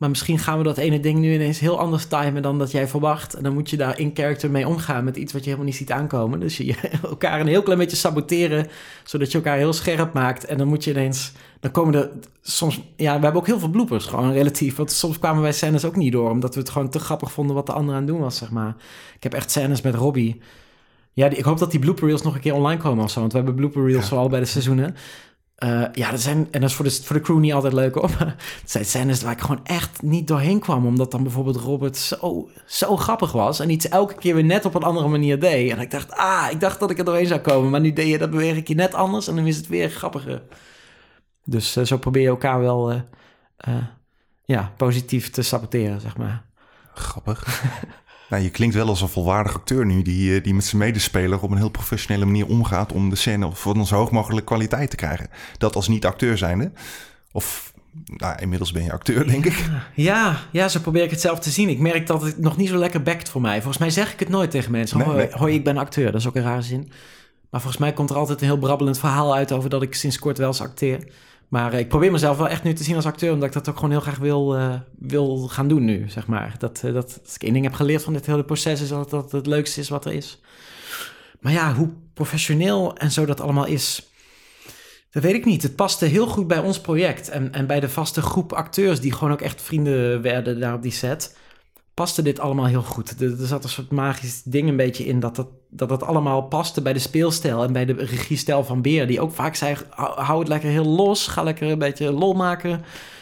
Maar misschien gaan we dat ene ding nu ineens heel anders timen dan dat jij verwacht. En dan moet je daar in character mee omgaan met iets wat je helemaal niet ziet aankomen. Dus je elkaar een heel klein beetje saboteren, zodat je elkaar heel scherp maakt. En dan moet je ineens... Dan komen er soms... Ja, we hebben ook heel veel bloopers, gewoon relatief. Want soms kwamen wij scènes ook niet door, omdat we het gewoon te grappig vonden wat de ander aan het doen was, zeg maar. Ik heb echt scènes met Robbie. Ja, die, ik hoop dat die blooper reels nog een keer online komen of zo. Want we hebben blooper reels ja. voor allebei de seizoenen. Uh, ja, dat zijn... En dat is voor de, voor de crew niet altijd leuk, hoor. Het zijn scènes waar ik gewoon echt niet doorheen kwam. Omdat dan bijvoorbeeld Robert zo, zo grappig was. En iets elke keer weer net op een andere manier deed. En ik dacht, ah, ik dacht dat ik er doorheen zou komen. Maar nu deed je dat beweeg je net anders. En dan is het weer grappiger. Dus uh, zo probeer je elkaar wel uh, uh, ja, positief te saboteren, zeg maar. Grappig. Nou, je klinkt wel als een volwaardig acteur nu... die, die met zijn medespeler op een heel professionele manier omgaat... om de scène van een zo hoog mogelijke kwaliteit te krijgen. Dat als niet-acteur zijnde. Of, nou, inmiddels ben je acteur, denk ik. Ja, ja, zo probeer ik het zelf te zien. Ik merk dat het nog niet zo lekker backt voor mij. Volgens mij zeg ik het nooit tegen mensen. Nee, hoi, nee. hoi, ik ben acteur. Dat is ook een rare zin. Maar volgens mij komt er altijd een heel brabbelend verhaal uit... over dat ik sinds kort wel eens acteer. Maar uh, ik probeer mezelf wel echt nu te zien als acteur... omdat ik dat ook gewoon heel graag wil, uh, wil gaan doen nu, zeg maar. Dat, uh, dat, als ik één ding heb geleerd van dit hele proces... is dat dat het leukste is wat er is. Maar ja, hoe professioneel en zo dat allemaal is... dat weet ik niet. Het paste heel goed bij ons project... en, en bij de vaste groep acteurs... die gewoon ook echt vrienden werden daar op die set... paste dit allemaal heel goed. Er, er zat een soort magisch ding een beetje in... dat dat, dat dat allemaal paste bij de speelstijl... en bij de regiestijl van Beer... die ook vaak zei, hou het lekker heel los... ga lekker een beetje lol maken.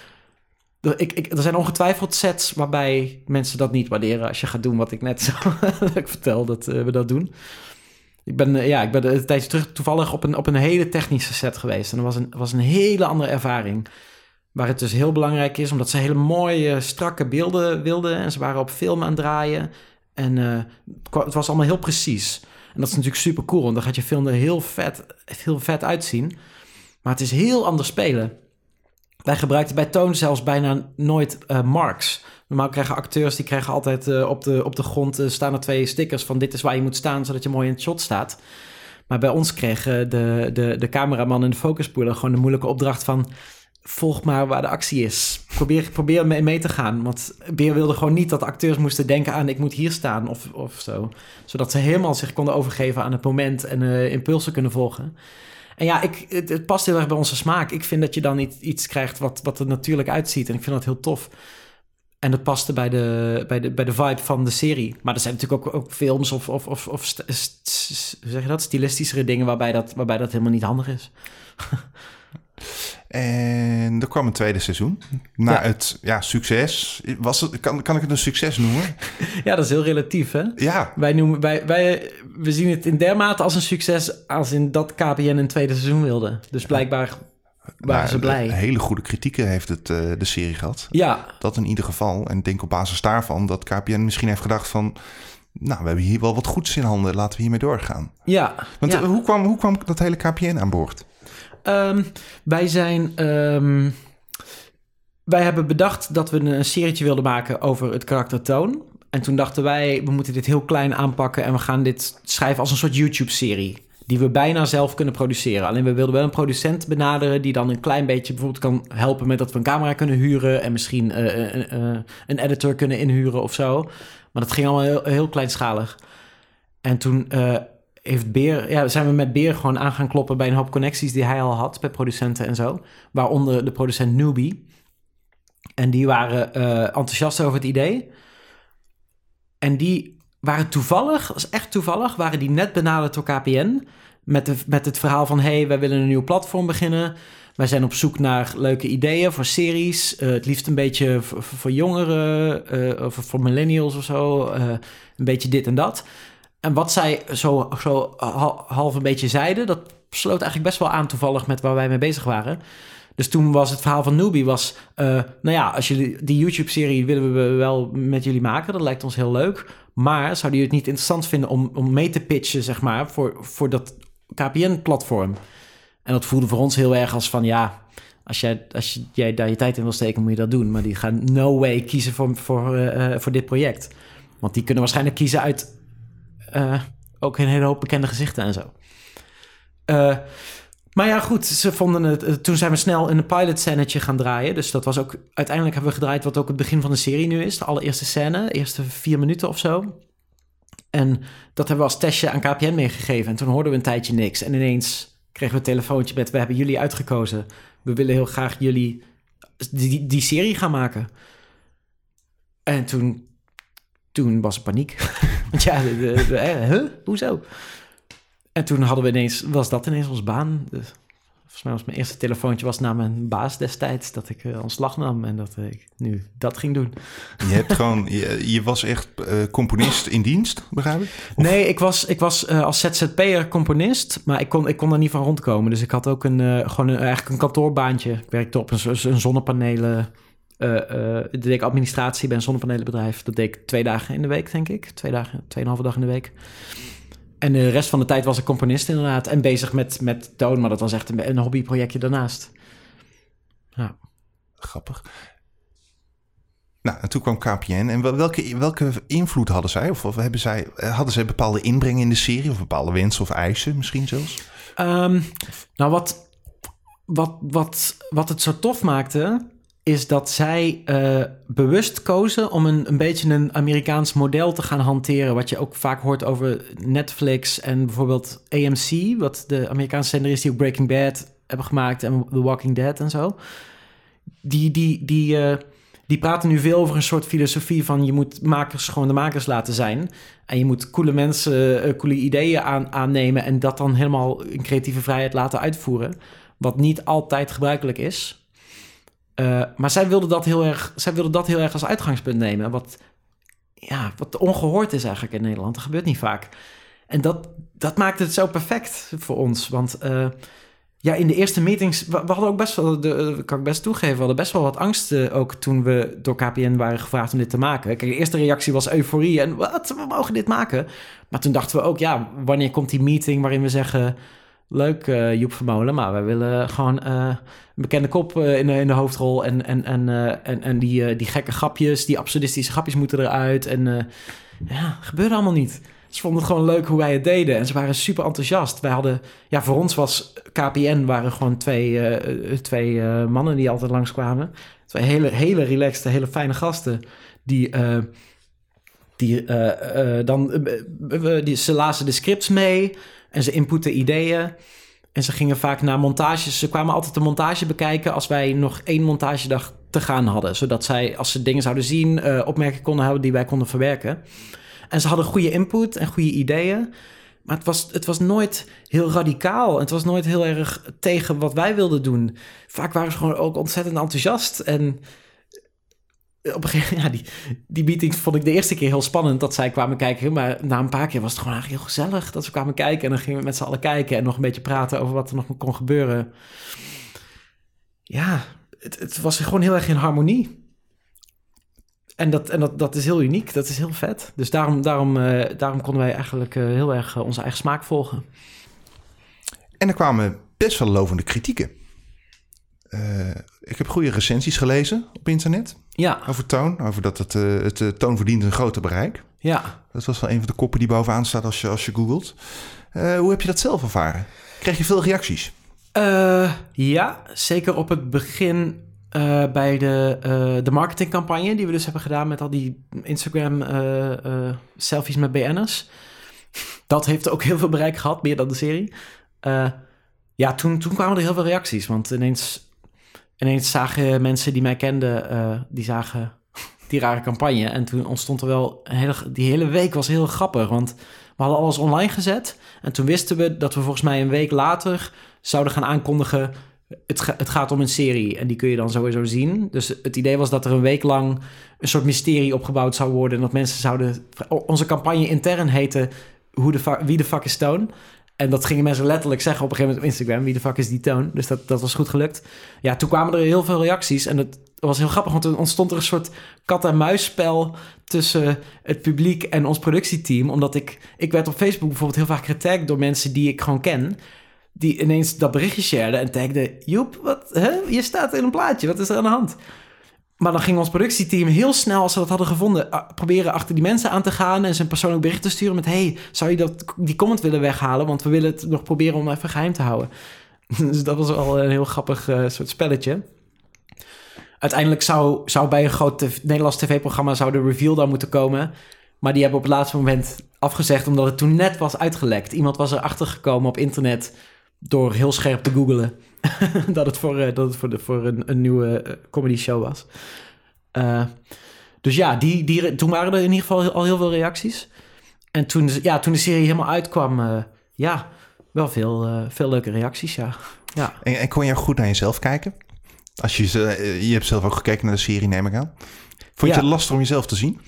Ik, ik, er zijn ongetwijfeld sets waarbij mensen dat niet waarderen... als je gaat doen wat ik net zo ik vertel dat uh, we dat doen. Ik ben, uh, ja, ik ben een tijdje terug toevallig... op een, op een hele technische set geweest... en dat was een, was een hele andere ervaring... Waar het dus heel belangrijk is, omdat ze hele mooie, strakke beelden wilden. En ze waren op film aan het draaien. En uh, het was allemaal heel precies. En dat is natuurlijk super cool, want dan gaat je film er heel vet, heel vet uitzien. Maar het is heel anders spelen. Wij gebruikten bij Toon zelfs bijna nooit uh, marks. Normaal krijgen acteurs, die krijgen altijd uh, op, de, op de grond uh, staan er twee stickers van dit is waar je moet staan, zodat je mooi in het shot staat. Maar bij ons kregen de, de, de cameraman en de focuspoeler gewoon de moeilijke opdracht van... volg maar waar de actie is. Probeer, probeer mee, mee te gaan. Want Beer wilde gewoon niet dat de acteurs moesten denken aan... ik moet hier staan of, of zo. Zodat ze helemaal zich konden overgeven aan het moment... en uh, impulsen kunnen volgen. En ja, ik, het, het past heel erg bij onze smaak. Ik vind dat je dan iets, iets krijgt wat, wat er natuurlijk uitziet. En ik vind dat heel tof. En dat paste bij de, bij de, bij de vibe van de serie. Maar er zijn natuurlijk ook, ook films of, of, of, of st, st, st, hoe zeg je dat? stilistischere dingen... waarbij dat, waarbij dat helemaal niet handig is. En er kwam een tweede seizoen. Na ja. het ja, succes. Was het, kan, kan ik het een succes noemen? Ja, dat is heel relatief, hè? Ja. Wij noemen, wij, wij, we zien het in dermate als een succes... als in dat K P N een tweede seizoen wilde. Dus blijkbaar waren nou, ze blij. Hele goede kritieken heeft het, uh, de serie gehad. Ja. Dat in ieder geval. En ik denk op basis daarvan dat K P N misschien heeft gedacht van... nou, we hebben hier wel wat goeds in handen. Laten we hiermee doorgaan. Ja. Want ja. Hoe, kwam, hoe kwam dat hele K P N aan boord? Um, wij zijn... Um, wij hebben bedacht dat we een serietje wilden maken over het karakter Toon. En toen dachten wij, we moeten dit heel klein aanpakken... en we gaan dit schrijven als een soort YouTube-serie... die we bijna zelf kunnen produceren. Alleen we wilden wel een producent benaderen... die dan een klein beetje bijvoorbeeld kan helpen... met dat we een camera kunnen huren... en misschien uh, uh, uh, een editor kunnen inhuren of zo. Maar dat ging allemaal heel, heel kleinschalig. En toen... Uh, Heeft Beer, ja, zijn we met Beer gewoon aan gaan kloppen... bij een hoop connecties die hij al had... bij producenten en zo. Waaronder de producent Newbie. En die waren uh, enthousiast over het idee. En die waren toevallig... dat is echt toevallig... waren die net benaderd door K P N... met, de, met het verhaal van... hey, wij willen een nieuw platform beginnen... Wij zijn op zoek naar leuke ideeën voor series. Uh, het liefst een beetje voor, voor jongeren... Uh, of voor millennials of zo. Uh, een beetje dit en dat... En wat zij zo, zo half een beetje zeiden... dat sloot eigenlijk best wel aan toevallig... met waar wij mee bezig waren. Dus toen was het verhaal van Newbie was... Uh, nou ja, als jullie die YouTube-serie willen we wel met jullie maken... dat lijkt ons heel leuk. Maar zouden jullie het niet interessant vinden... om, om mee te pitchen, zeg maar... voor, voor dat K P N-platform? En dat voelde voor ons heel erg als van... ja, als jij, als jij daar je tijd in wil steken... moet je dat doen. Maar die gaan no way kiezen voor, voor, uh, voor dit project. Want die kunnen waarschijnlijk kiezen uit... Uh, ook een hele hoop bekende gezichten en zo. Uh, Maar ja, goed, ze vonden het... Toen zijn we snel een pilot scènetje gaan draaien. Dus dat was ook... Uiteindelijk hebben we gedraaid wat ook het begin van de serie nu is. De allereerste scène, de eerste vier minuten of zo. En dat hebben we als testje aan K P N meegegeven. En toen hoorden we een tijdje niks. En ineens kregen we een telefoontje met... We hebben jullie uitgekozen. We willen heel graag jullie die, die serie gaan maken. En toen... Toen was er paniek. Want ja, de, de, de, huh? Hoezo? En toen hadden we ineens, was dat ineens ons baan. Dus, volgens mij was mijn eerste telefoontje was naar mijn baas destijds... dat ik uh, ontslag nam en dat ik nu dat ging doen. Je hebt gewoon, je, je was echt uh, componist in dienst, begrijp ik? Of? Nee, ik was, ik was uh, als Z Z P'er componist, maar ik kon, ik kon er niet van rondkomen. Dus ik had ook een, uh, gewoon een, eigenlijk een kantoorbaantje. Ik werkte op een, een zonnepanelen... Uh, uh, deed ik administratie bij een zonnepanelenbedrijf. Dat deed ik twee dagen in de week, denk ik. Twee dagen, tweeënhalve dag in de week. En de rest van de tijd was ik componist inderdaad. En bezig met, met toon, maar dat was echt een, een hobbyprojectje daarnaast. Ja. Grappig. Nou, en toen kwam K P N. En welke, welke invloed hadden zij? Of, of hebben zij, hadden zij bepaalde inbreng in de serie? Of bepaalde wensen of eisen misschien zelfs? Um, nou, wat, wat, wat, wat het zo tof maakte... is dat zij uh, bewust kozen om een, een beetje een Amerikaans model te gaan hanteren... wat je ook vaak hoort over Netflix en bijvoorbeeld A M C... wat de Amerikaanse zender is die ook Breaking Bad hebben gemaakt... en The Walking Dead en zo. Die, die, die, uh, die praten nu veel over een soort filosofie van... je moet makers gewoon de makers laten zijn... en je moet coole mensen, uh, coole ideeën aan, aannemen... en dat dan helemaal in creatieve vrijheid laten uitvoeren... wat niet altijd gebruikelijk is... Uh, maar zij wilde dat heel erg, zij wilde dat heel erg als uitgangspunt nemen. Wat, ja, wat ongehoord is eigenlijk in Nederland. Dat gebeurt niet vaak. En dat, dat maakt het zo perfect voor ons. Want uh, ja, in de eerste meetings... We, we hadden ook best wel... De, kan ik best toegeven. We hadden best wel wat angst uh, ook toen we door K P N waren gevraagd om dit te maken. Kijk, de eerste reactie was euforie. En wat, we mogen dit maken. Maar toen dachten we ook, ja, wanneer komt die meeting waarin we zeggen... Leuk, uh, Joep Vermolen, maar we willen gewoon uh, een bekende kop uh, in, de, in de hoofdrol. En, en, en, uh, en, en die, uh, die gekke grapjes, die absurdistische grapjes moeten eruit. En uh, ja, gebeurde allemaal niet. Ze vonden het gewoon leuk hoe wij het deden. En ze waren super enthousiast. Wij hadden, ja, voor ons was K P N waren gewoon twee, uh, twee uh, mannen die altijd langskwamen. Twee hele, hele relaxte, hele fijne gasten. Die, uh, die, uh, uh, dan, uh, die, ze lazen de scripts mee... En ze inputten ideeën. En ze gingen vaak naar montages. Ze kwamen altijd de montage bekijken... als wij nog één montagedag te gaan hadden. Zodat zij, als ze dingen zouden zien... Uh, opmerkingen konden houden die wij konden verwerken. En ze hadden goede input en goede ideeën. Maar het was, het was nooit heel radicaal. Het was nooit heel erg tegen wat wij wilden doen. Vaak waren ze gewoon ook ontzettend enthousiast. En... Op een gegeven moment, ja, die, die meeting vond ik de eerste keer heel spannend dat zij kwamen kijken. Maar na een paar keer was het gewoon eigenlijk heel gezellig dat ze kwamen kijken. En dan gingen we met z'n allen kijken en nog een beetje praten over wat er nog kon gebeuren. Ja, het, het was gewoon heel erg in harmonie. En, dat, en dat, dat is heel uniek, dat is heel vet. Dus daarom, daarom, uh, daarom konden wij eigenlijk uh, heel erg uh, onze eigen smaak volgen. En er kwamen best wel lovende kritieken. Uh, ik heb goede recensies gelezen op internet. Ja. Over Toon. Over dat het, uh, het uh, Toon verdient een groter bereik. Ja. Dat was wel een van de koppen die bovenaan staat als je, als je googelt. Uh, hoe heb je dat zelf ervaren? Kreeg je veel reacties? Uh, ja, zeker op het begin uh, bij de, uh, de marketingcampagne... die we dus hebben gedaan met al die Instagram uh, uh, selfies met B N'ers. Dat heeft ook heel veel bereik gehad, meer dan de serie. Uh, ja, toen, toen kwamen er heel veel reacties. Want ineens, ineens zagen mensen die mij kenden... Uh, die zagen die rare campagne. En toen ontstond er wel... Een hele, die hele week was heel grappig, want... We hadden alles online gezet. En toen wisten we dat we volgens mij een week later zouden gaan aankondigen... Het, ga, het gaat om een serie en die kun je dan sowieso zien. Dus het idee was dat er een week lang een soort mysterie opgebouwd zou worden... en dat mensen zouden... Onze campagne intern heette Hoe de Wie de fuck is Toon? En dat gingen mensen letterlijk zeggen op een gegeven moment op Instagram... Wie de fuck is die Toon? Dus dat, dat was goed gelukt. Ja, toen kwamen er heel veel reacties en dat was heel grappig... want toen ontstond er een soort kat-en-muisspel... tussen het publiek en ons productieteam. Omdat ik... Ik werd op Facebook bijvoorbeeld heel vaak getagd... door mensen die ik gewoon ken... die ineens dat berichtje shareden en tagden... Joep, wat, hè? Je staat in een plaatje, wat is er aan de hand? Maar dan ging ons productieteam heel snel... als ze dat hadden gevonden... proberen achter die mensen aan te gaan... en ze een persoonlijk bericht te sturen met... hey, zou je dat, die comment willen weghalen? Want we willen het nog proberen om even geheim te houden. Dus dat was wel een heel grappig uh, soort spelletje. Uiteindelijk zou, zou bij een groot tv- Nederlands tv-programma... zou de reveal dan moeten komen. Maar die hebben op het laatste moment afgezegd... omdat het toen net was uitgelekt. Iemand was erachter gekomen op internet... door heel scherp te googlen... dat het voor, uh, dat het voor, de, voor een, een nieuwe uh, comedy show was. Uh, dus ja, die, die, toen waren er in ieder geval al heel veel reacties. En toen, ja, toen de serie helemaal uitkwam... Uh, ja, wel veel, uh, veel leuke reacties, ja. ja. En, en kon je goed naar jezelf kijken? Als je, uh, je hebt zelf ook gekeken naar de serie, neem ik aan. Vond je ja. het lastig om jezelf te zien?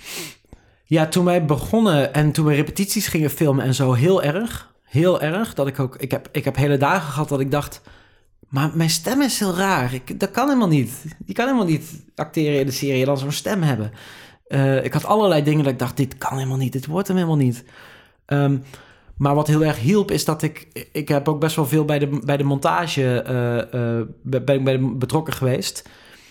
Ja, toen wij begonnen en toen we repetities gingen filmen en zo, heel erg. Heel erg. Dat ik ook, ik heb, ik heb hele dagen gehad dat ik dacht... maar mijn stem is heel raar. Ik, dat kan helemaal niet. Je kan helemaal niet acteren in de serie en dan zo'n stem hebben. Uh, ik had allerlei dingen dat ik dacht... dit kan helemaal niet, dit wordt hem helemaal niet. Um, maar wat heel erg hielp is dat ik... ik heb ook best wel veel bij de, bij de montage uh, uh, ben ik bij de betrokken geweest.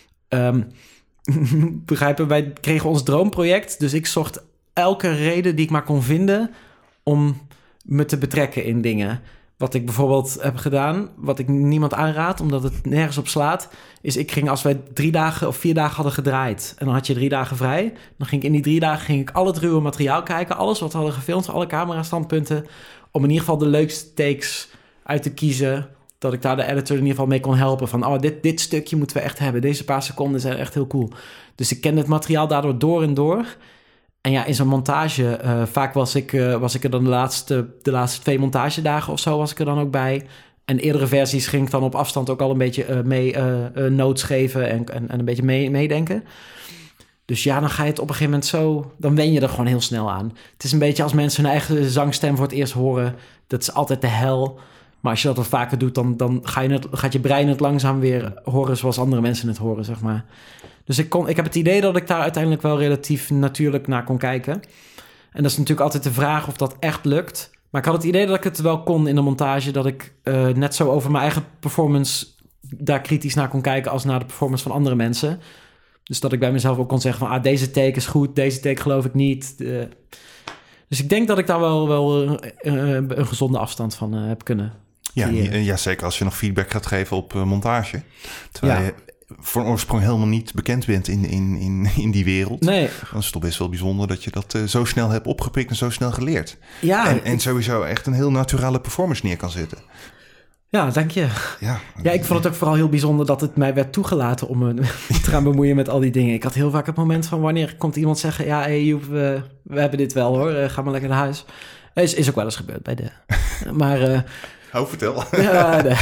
Um, begrijpen, wij kregen ons droomproject. Dus ik zocht elke reden die ik maar kon vinden... om me te betrekken in dingen... Wat ik bijvoorbeeld heb gedaan, wat ik niemand aanraad... omdat het nergens op slaat... is ik ging als wij drie dagen of vier dagen hadden gedraaid... en dan had je drie dagen vrij... dan ging ik in die drie dagen ging ik al het ruwe materiaal kijken... alles wat we hadden gefilmd, alle camerastandpunten... om in ieder geval de leukste takes uit te kiezen... dat ik daar de editor in ieder geval mee kon helpen... van oh, dit, dit stukje moeten we echt hebben. Deze paar seconden zijn echt heel cool. Dus ik kende het materiaal daardoor door en door... En ja, in zo'n montage, uh, vaak was ik, uh, was ik er dan de laatste, de laatste twee montagedagen of zo was ik er dan ook bij. En eerdere versies ging ik dan op afstand ook al een beetje uh, mee uh, uh, notes geven en, en, en een beetje mee, meedenken. Dus ja, dan ga je het op een gegeven moment zo, dan wen je er gewoon heel snel aan. Het is een beetje als mensen hun eigen zangstem voor het eerst horen, dat is altijd de hel. Maar als je dat wat vaker doet, dan, dan ga je het, gaat je brein het langzaam weer horen zoals andere mensen het horen, zeg maar. Dus ik, kon, ik heb het idee dat ik daar uiteindelijk wel relatief natuurlijk naar kon kijken. En dat is natuurlijk altijd de vraag of dat echt lukt. Maar ik had het idee dat ik het wel kon in de montage... dat ik uh, net zo over mijn eigen performance daar kritisch naar kon kijken... als naar de performance van andere mensen. Dus dat ik bij mezelf ook kon zeggen van... ah, deze take is goed, deze take geloof ik niet. Uh, dus ik denk dat ik daar wel, wel uh, uh, een gezonde afstand van uh, heb kunnen ja, ja, zeker als je nog feedback gaat geven op uh, montage. Terwijl ja. je... voor oorsprong helemaal niet bekend bent in, in, in, in die wereld. Nee. Dan is het toch best wel bijzonder dat je dat uh, zo snel hebt opgepikt en zo snel geleerd. Ja. En, en sowieso echt een heel naturale performance neer kan zetten. Ja, dank je. Ja, ja, ik vond het ook vooral heel bijzonder dat het mij werd toegelaten om me te gaan bemoeien met al die dingen. Ik had heel vaak het moment van wanneer komt iemand zeggen... ja, hey Joep, we, we hebben dit wel hoor, uh, ga maar lekker naar huis. Is, is ook wel eens gebeurd bij de... maar... Uh, Oh, vertel. Ja, nee.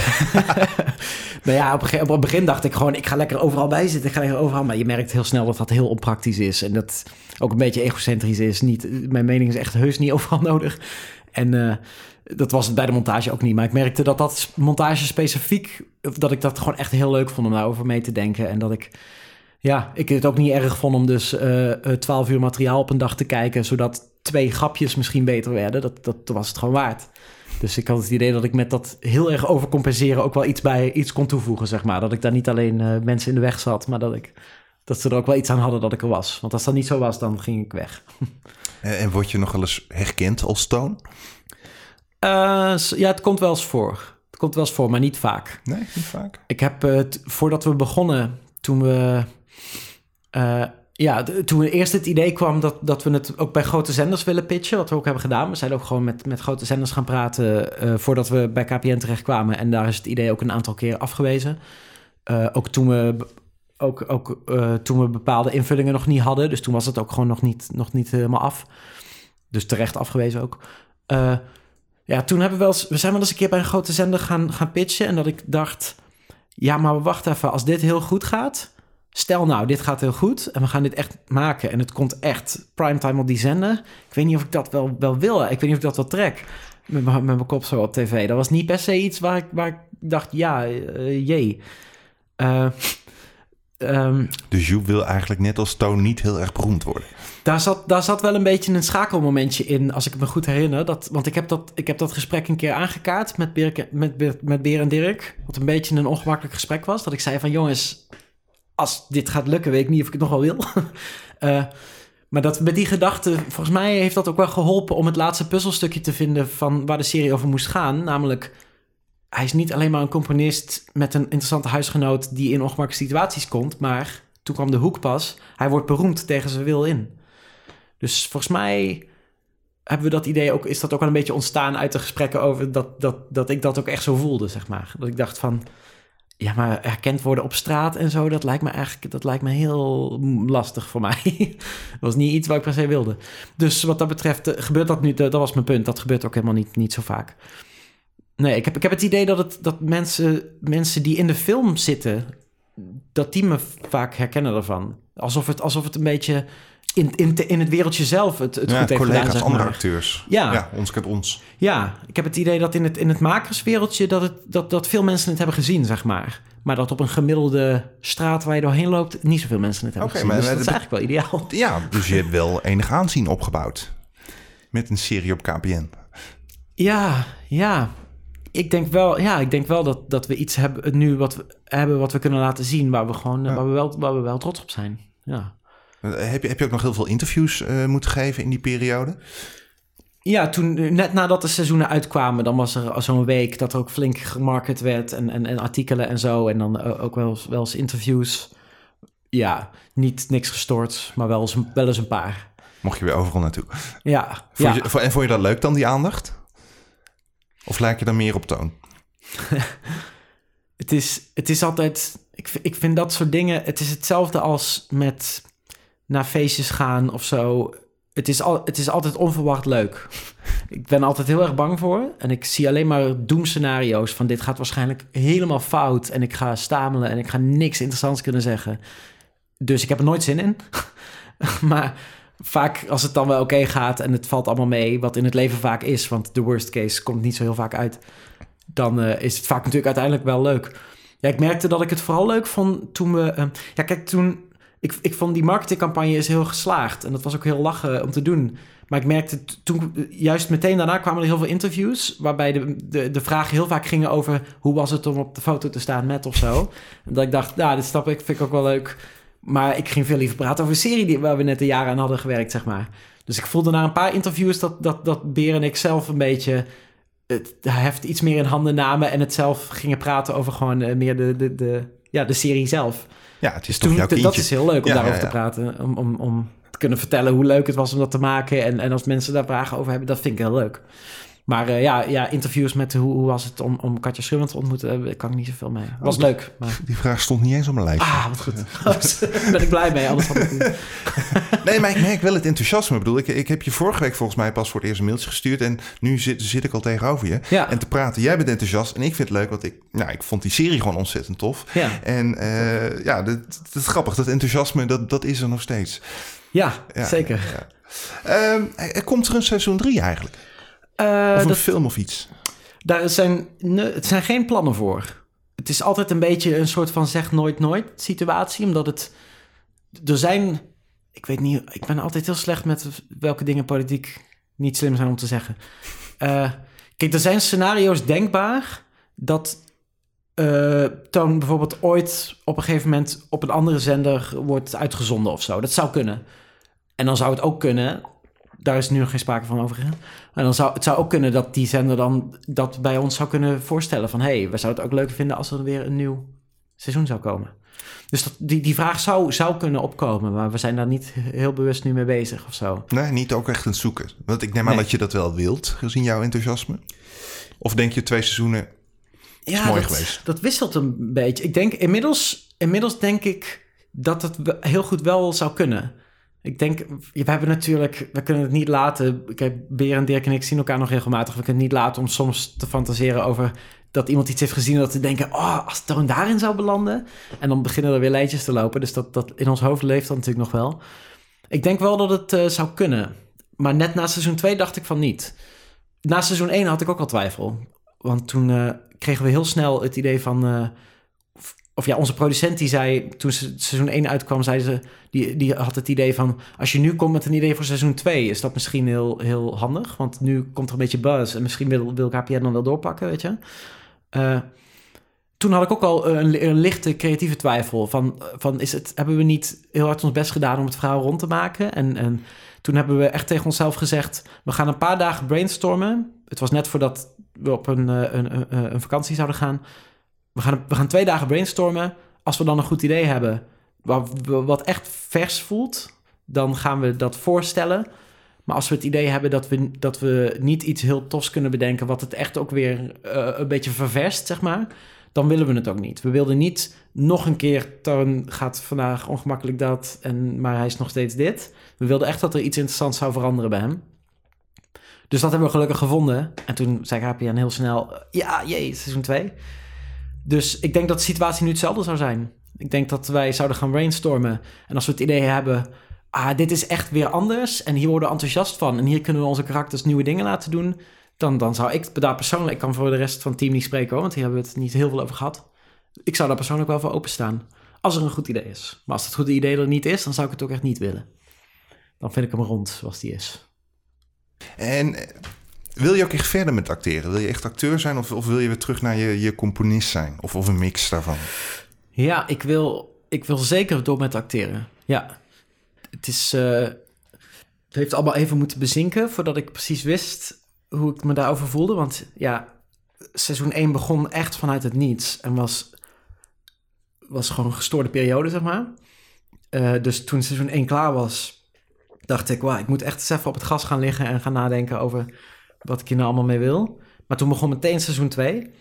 nou ja, op, op het begin dacht ik gewoon... ik ga lekker overal bij zitten, ik ga lekker overal... maar je merkt heel snel dat dat heel onpraktisch is... en dat ook een beetje egocentrisch is. Niet, mijn mening is echt heus niet overal nodig. En uh, dat was het bij de montage ook niet. Maar ik merkte dat dat montage specifiek... dat ik dat gewoon echt heel leuk vond om daarover mee te denken. En dat ik... ja, ik het ook niet erg vond om dus twaalf uh, uur materiaal op een dag te kijken... zodat twee grapjes misschien beter werden. Dat, dat was het gewoon waard. Dus ik had het idee dat ik met dat heel erg overcompenseren... ook wel iets bij iets kon toevoegen, zeg maar. Dat ik daar niet alleen uh, mensen in de weg zat... maar dat, ik, dat ze er ook wel iets aan hadden dat ik er was. Want als dat niet zo was, dan ging ik weg. En word je nog wel eens herkend als Toon? Uh, ja, het komt wel eens voor. Het komt wel eens voor, maar niet vaak. Nee, niet vaak. Ik heb, uh, t- voordat we begonnen, toen we... Uh, Ja, toen we eerst het idee kwam dat, dat we het ook bij grote zenders willen pitchen... wat we ook hebben gedaan. We zijn ook gewoon met, met grote zenders gaan praten... Uh, voordat we bij K P N terechtkwamen. En daar is het idee ook een aantal keer afgewezen. Uh, ook toen we, ook, ook, uh, toen we bepaalde invullingen nog niet hadden. Dus toen was het ook gewoon nog niet, nog niet helemaal af. Dus terecht afgewezen ook. Uh, ja, toen hebben we wel eens... We zijn wel eens een keer bij een grote zender gaan, gaan pitchen... en dat ik dacht... ja, maar wacht even, als dit heel goed gaat... Stel nou, dit gaat heel goed en we gaan dit echt maken... en het komt echt primetime op die zender. Ik weet niet of ik dat wel, wel wil. Ik weet niet of ik dat wel trek met, met mijn kop zo op tv. Dat was niet per se iets waar ik, waar ik dacht, ja, uh, jee. Uh, um, dus Joep wil eigenlijk net als Toon niet heel erg beroemd worden? Daar zat, daar zat wel een beetje een schakelmomentje in, als ik me goed herinner. Dat, want ik heb, dat, ik heb dat gesprek een keer aangekaart met Beer, met, met Beer en Dirk. Wat een beetje een ongemakkelijk gesprek was. Dat ik zei van, jongens... als dit gaat lukken, weet ik niet of ik het nog wel wil. uh, maar dat met die gedachte, volgens mij heeft dat ook wel geholpen... om het laatste puzzelstukje te vinden van waar de serie over moest gaan. Namelijk, hij is niet alleen maar een componist met een interessante huisgenoot die in ongemakkelijke situaties komt, maar toen kwam de hoek pas. Hij wordt beroemd tegen zijn wil in. Dus volgens mij hebben we dat idee ook, is dat ook wel een beetje ontstaan uit de gesprekken over dat, dat, dat ik dat ook echt zo voelde, zeg maar. Dat ik dacht van, ja, maar erkend worden op straat en zo, dat lijkt me eigenlijk, dat lijkt me heel lastig voor mij. Dat was niet iets wat ik per se wilde. Dus wat dat betreft gebeurt dat nu, dat was mijn punt. Dat gebeurt ook helemaal niet, niet zo vaak. Nee, ik heb, ik heb het idee dat, het, dat mensen, mensen die in de film zitten, dat die me vaak herkennen ervan. Alsof het, alsof het een beetje in, in, in het wereldje zelf het, het ja, goed heeft collega's, gedaan, zeg andere maar. acteurs. Ja. ja, ons kent ons. Ja, ik heb het idee dat in het, in het makerswereldje dat, het, dat, dat veel mensen het hebben gezien, zeg maar. Maar dat op een gemiddelde straat waar je doorheen loopt, niet zoveel mensen het hebben Okay, gezien. maar Dus dat is eigenlijk wel ideaal. Ja, dus je hebt wel enig aanzien opgebouwd. Met een serie op K P N. Ja, ja. Ik denk wel, ja, ik denk wel dat, dat we iets hebben nu wat we hebben wat we kunnen laten zien waar we gewoon Ja. waar we wel, waar we wel trots op zijn. Ja. Heb je, heb je ook nog heel veel interviews uh, moeten geven in die periode? Ja, toen net nadat de seizoenen uitkwamen, dan was er zo'n week dat er ook flink gemarket werd en, en, en artikelen en zo. En dan ook wel eens, wel eens interviews. Ja, niet niks gestoord, maar wel eens, wel eens een paar. Mocht je weer overal naartoe. Ja. Vond ja. Je, en vond je dat leuk dan, die aandacht? Of lijk je dan meer op toon? het, is, het is altijd... Ik, ik vind dat soort dingen... Het is hetzelfde als met naar feestjes gaan of zo. Het is, al, het is altijd onverwacht leuk. Ik ben altijd heel erg bang voor. En ik zie alleen maar doemscenario's van dit gaat waarschijnlijk helemaal fout. En ik ga stamelen en ik ga niks interessants kunnen zeggen. Dus ik heb er nooit zin in. Maar vaak als het dan wel oké gaat en het valt allemaal mee, wat in het leven vaak is, want de worst case komt niet zo heel vaak uit, dan uh, is het vaak natuurlijk uiteindelijk wel leuk. Ja, ik merkte dat ik het vooral leuk vond toen we... Uh, ja, kijk, toen... Ik, ik vond die marketingcampagne is heel geslaagd. En dat was ook heel lachen om te doen. Maar ik merkte t- toen... Juist meteen daarna kwamen er heel veel interviews, waarbij de, de, de vragen heel vaak gingen over hoe was het om op de foto te staan met of zo. En dat ik dacht, nou, dit snap ik, vind ik ook wel leuk. Maar ik ging veel liever praten over een serie die, waar we net een jaar aan hadden gewerkt, zeg maar. Dus ik voelde na een paar interviews dat, dat, dat Beer en ik zelf een beetje het heft iets meer in handen namen en het zelf gingen praten over gewoon uh, meer de, de, de, ja, de serie zelf. Ja, het is dus toch toen, jouw kindje. Dat is heel leuk om ja, daarover ja, ja. te praten. Om, om, om te kunnen vertellen hoe leuk het was om dat te maken. En, en als mensen daar vragen over hebben, dat vind ik heel leuk. Maar uh, ja, ja, interviews met hoe, hoe was het om, om Katja Schuurman te ontmoeten, daar kan ik niet zoveel mee. Was Oh, leuk. Maar... Die vraag stond niet eens op mijn lijstje. Ah, wat goed. Daar ben ik blij mee, anders had ik niet. Nee, maar ik merk wel het enthousiasme. Ik bedoel, ik, ik heb je vorige week volgens mij pas voor het eerst een mailtje gestuurd en nu zit, zit ik al tegenover je. Ja. En te praten, jij bent enthousiast en ik vind het leuk, want ik, nou, ik vond die serie gewoon ontzettend tof. Ja. En uh, ja, dat, dat is grappig. Dat enthousiasme, dat, dat is er nog steeds. Ja, Ja, zeker. Ja. Um, er komt er een seizoen drie eigenlijk? Uh, Of een dat, film of iets? Daar zijn, ne, het zijn geen plannen voor. Het is altijd een beetje een soort van zeg nooit nooit situatie. Omdat het... Er zijn... Ik weet niet... Ik ben altijd heel slecht met welke dingen politiek niet slim zijn om te zeggen. Uh, kijk, er zijn scenario's denkbaar dat uh, Toon bijvoorbeeld ooit op een gegeven moment op een andere zender wordt uitgezonden of zo. Dat zou kunnen. En dan zou het ook kunnen... Daar is nu nog geen sprake van overigens. En dan zou het zou ook kunnen dat die zender dan dat bij ons zou kunnen voorstellen van... hé, hey, we zouden het ook leuker vinden als er weer een nieuw seizoen zou komen. Dus dat, die, die vraag zou, zou kunnen opkomen, maar we zijn daar niet heel bewust nu mee bezig of zo. Nee, niet ook echt aan het zoeken. Want ik neem Nee. aan dat je dat wel wilt, gezien jouw enthousiasme. Of denk je twee seizoenen is Ja, mooi dat, geweest? dat wisselt een beetje. Ik denk inmiddels, inmiddels denk ik dat het we- heel goed wel zou kunnen. Ik denk, we hebben natuurlijk, we kunnen het niet laten. Kijk, Beer en Dirk en ik zien elkaar nog regelmatig. We kunnen het niet laten om soms te fantaseren over dat iemand iets heeft gezien en dat te denken, oh, als Toon daarin zou belanden. En dan beginnen er weer lijntjes te lopen. Dus dat, dat in ons hoofd leeft dat natuurlijk nog wel. Ik denk wel dat het uh, zou kunnen. Maar net na seizoen twee dacht ik van niet. Na seizoen één had ik ook al twijfel. Want toen uh, kregen we heel snel het idee van... Uh, of ja, onze producent die zei, toen seizoen één uitkwam, zei ze, die, die had het idee van, als je nu komt met een idee voor seizoen twee, is dat misschien heel, heel handig. Want nu komt er een beetje buzz en misschien wil, wil K P N dan wel doorpakken, weet je. Uh, toen had ik ook al een, een lichte creatieve twijfel van, van is het, hebben we niet heel hard ons best gedaan om het verhaal rond te maken? En, en toen hebben we echt tegen onszelf gezegd, we gaan een paar dagen brainstormen. Het was net voordat we op een, uh, een, een, een vakantie zouden gaan. We gaan, we gaan twee dagen brainstormen. Als we dan een goed idee hebben, wat, wat echt vers voelt, dan gaan we dat voorstellen. Maar als we het idee hebben dat we, dat we niet iets heel tofs kunnen bedenken, wat het echt ook weer uh, een beetje ververst, zeg maar, dan willen we het ook niet. We wilden niet nog een keer, Toon gaat vandaag ongemakkelijk dat, en, maar hij is nog steeds dit. We wilden echt dat er iets interessants zou veranderen bij hem. Dus dat hebben we gelukkig gevonden. En toen zei K P N heel snel, ja, jee, seizoen twee. Dus ik denk dat de situatie nu hetzelfde zou zijn. Ik denk dat wij zouden gaan brainstormen. En als we het idee hebben, ah, dit is echt weer anders en hier worden we enthousiast van en hier kunnen we onze karakters nieuwe dingen laten doen, dan, dan zou ik daar persoonlijk, ik kan voor de rest van het team niet spreken hoor, want hier hebben we het niet heel veel over gehad. Ik zou daar persoonlijk wel voor openstaan, als er een goed idee is. Maar als het goede idee er niet is, dan zou ik het ook echt niet willen. Dan vind ik hem rond zoals die is. En wil je ook echt verder met acteren? Wil je echt acteur zijn of, of wil je weer terug naar je, je componist zijn? Of, of een mix daarvan? Ja, ik wil, ik wil zeker door met acteren. Ja, het is... Uh, het heeft allemaal even moeten bezinken voordat ik precies wist hoe ik me daarover voelde. Want ja, seizoen één begon echt vanuit het niets en was, was gewoon een gestoorde periode, zeg maar. Uh, dus toen seizoen één klaar was, dacht ik, wauw, ik moet echt eens even op het gas gaan liggen en gaan nadenken over wat ik hier nou allemaal mee wil. Maar toen begon meteen seizoen twee.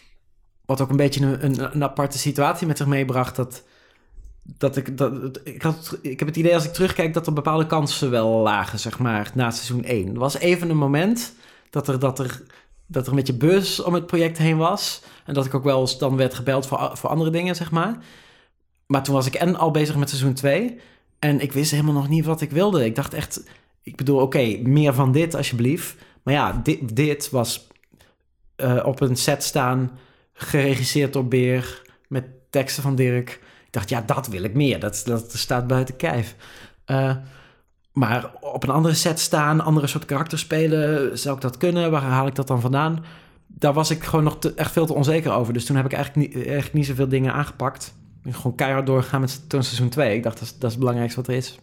Wat ook een beetje een, een, een aparte situatie met zich meebracht. Dat, dat ik, dat, ik, had, ik heb het idee als ik terugkijk dat er bepaalde kansen wel lagen, zeg maar, na seizoen één. Er was even een moment dat er, dat er, dat er een beetje buzz om het project heen was. En dat ik ook wel eens dan werd gebeld voor, voor andere dingen, zeg maar. Maar toen was ik en al bezig met seizoen twee. En ik wist helemaal nog niet wat ik wilde. Ik dacht echt, ik bedoel, oké, okay, meer van dit alsjeblieft. Maar ja, dit, dit was uh, op een set staan, geregisseerd door Beer, met teksten van Dirk. Ik dacht, ja, dat wil ik meer. Dat, dat staat buiten kijf. Uh, maar op een andere set staan, andere soort karakters spelen, zou ik dat kunnen? Waar haal ik dat dan vandaan? Daar was ik gewoon nog te, echt veel te onzeker over. Dus toen heb ik eigenlijk niet, echt niet zoveel dingen aangepakt. Ik ben gewoon keihard doorgegaan met toen seizoen twee. Ik dacht, dat is, dat is het belangrijkste wat er is.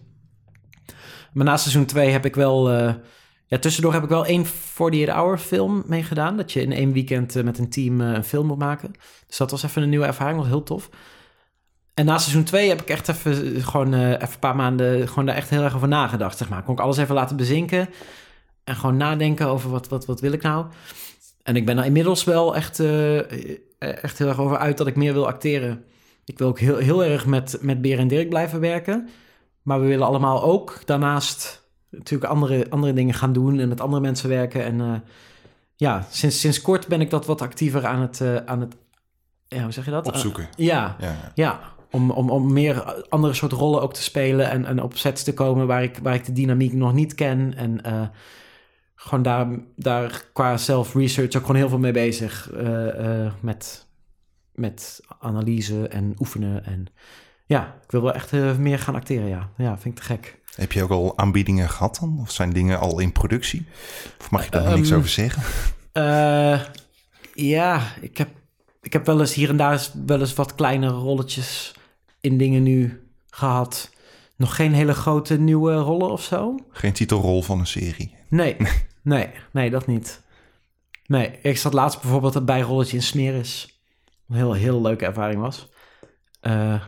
Maar na seizoen twee heb ik wel... Uh, ja, tussendoor heb ik wel één forty-eight hour film meegedaan. Dat je in één weekend uh, met een team uh, een film moet maken. Dus dat was even een nieuwe ervaring, was heel tof. En na seizoen twee heb ik echt even, gewoon, uh, even een paar maanden gewoon daar echt heel erg over nagedacht, zeg maar. Kon ik alles even laten bezinken en gewoon nadenken over wat, wat, wat wil ik nou. En ik ben er inmiddels wel echt, uh, echt heel erg over uit dat ik meer wil acteren. Ik wil ook heel, heel erg met, met Beer en Dirk blijven werken. Maar we willen allemaal ook daarnaast natuurlijk andere, andere dingen gaan doen en met andere mensen werken. En uh, ja, sinds, sinds kort ben ik dat wat actiever aan het, uh, aan het ja, hoe zeg je dat? Opzoeken. Uh, ja, ja, ja. ja. Om, om, om meer andere soort rollen ook te spelen en, en op sets te komen waar ik, waar ik de dynamiek nog niet ken. En uh, gewoon daar, daar qua self-research ook gewoon heel veel mee bezig. Uh, uh, met, met analyse en oefenen. En ja, ik wil wel echt uh, meer gaan acteren, ja. Ja, vind ik te gek. Heb je ook al aanbiedingen gehad dan? Of zijn dingen al in productie? Of mag je daar uh, niks um, over zeggen? Uh, ja, ik heb, ik heb wel eens hier en daar wel eens wat kleine rolletjes in dingen nu gehad. Nog geen hele grote nieuwe rollen of zo. Geen titelrol van een serie? Nee, nee, nee, dat niet. Nee, ik zat laatst bijvoorbeeld een bijrolletje in Smeris. Een heel, heel leuke ervaring was. Uh,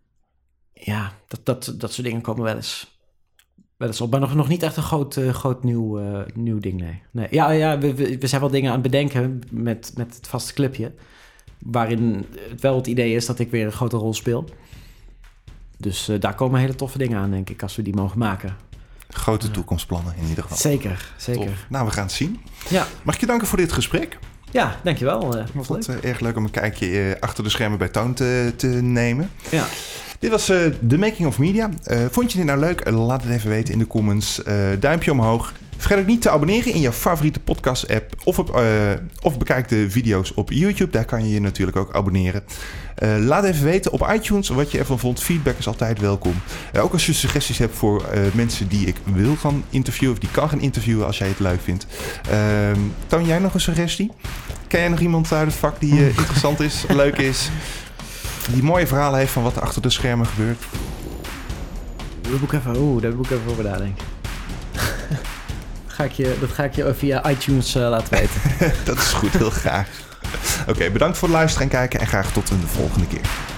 ja, dat, dat, dat soort dingen komen wel eens, wel eens op. Maar nog, nog niet echt een groot, uh, groot nieuw, uh, nieuw ding, nee. nee. Ja, ja we, we zijn wel dingen aan het bedenken met, met het vaste clubje. Waarin het wel het idee is dat ik weer een grote rol speel. Dus uh, daar komen hele toffe dingen aan, denk ik, als we die mogen maken. Grote toekomstplannen in ieder geval. Zeker, zeker. Tof. Nou, we gaan het zien. Ja. Mag ik je danken voor dit gesprek? Ja, dankjewel. Uh, was vond het uh, erg leuk om een kijkje uh, achter de schermen bij Toon te, te nemen. Ja. Dit was uh, The Making of Media. Uh, vond je dit nou leuk? Uh, laat het even weten in de comments. Uh, duimpje omhoog. Vergeet ook niet te abonneren in jouw favoriete podcast-app. Of, op, uh, of bekijk de video's op YouTube. Daar kan je je natuurlijk ook abonneren. Uh, laat even weten op iTunes wat je ervan vond. Feedback is altijd welkom. Uh, ook als je suggesties hebt voor uh, mensen die ik wil gaan interviewen. Of die kan gaan interviewen als jij het leuk vindt. Uh, Toon, jij nog een suggestie? Ken jij nog iemand uit het vak die uh, interessant is, leuk is? Die mooie verhalen heeft van wat er achter de schermen gebeurt? Daar moet ik even, oeh, daar moet ik even over nadenken. ga ik je, dat ga ik je via iTunes uh, laten weten. Dat is goed, heel graag. Oké, okay, bedankt voor het luisteren en kijken en graag tot een volgende keer.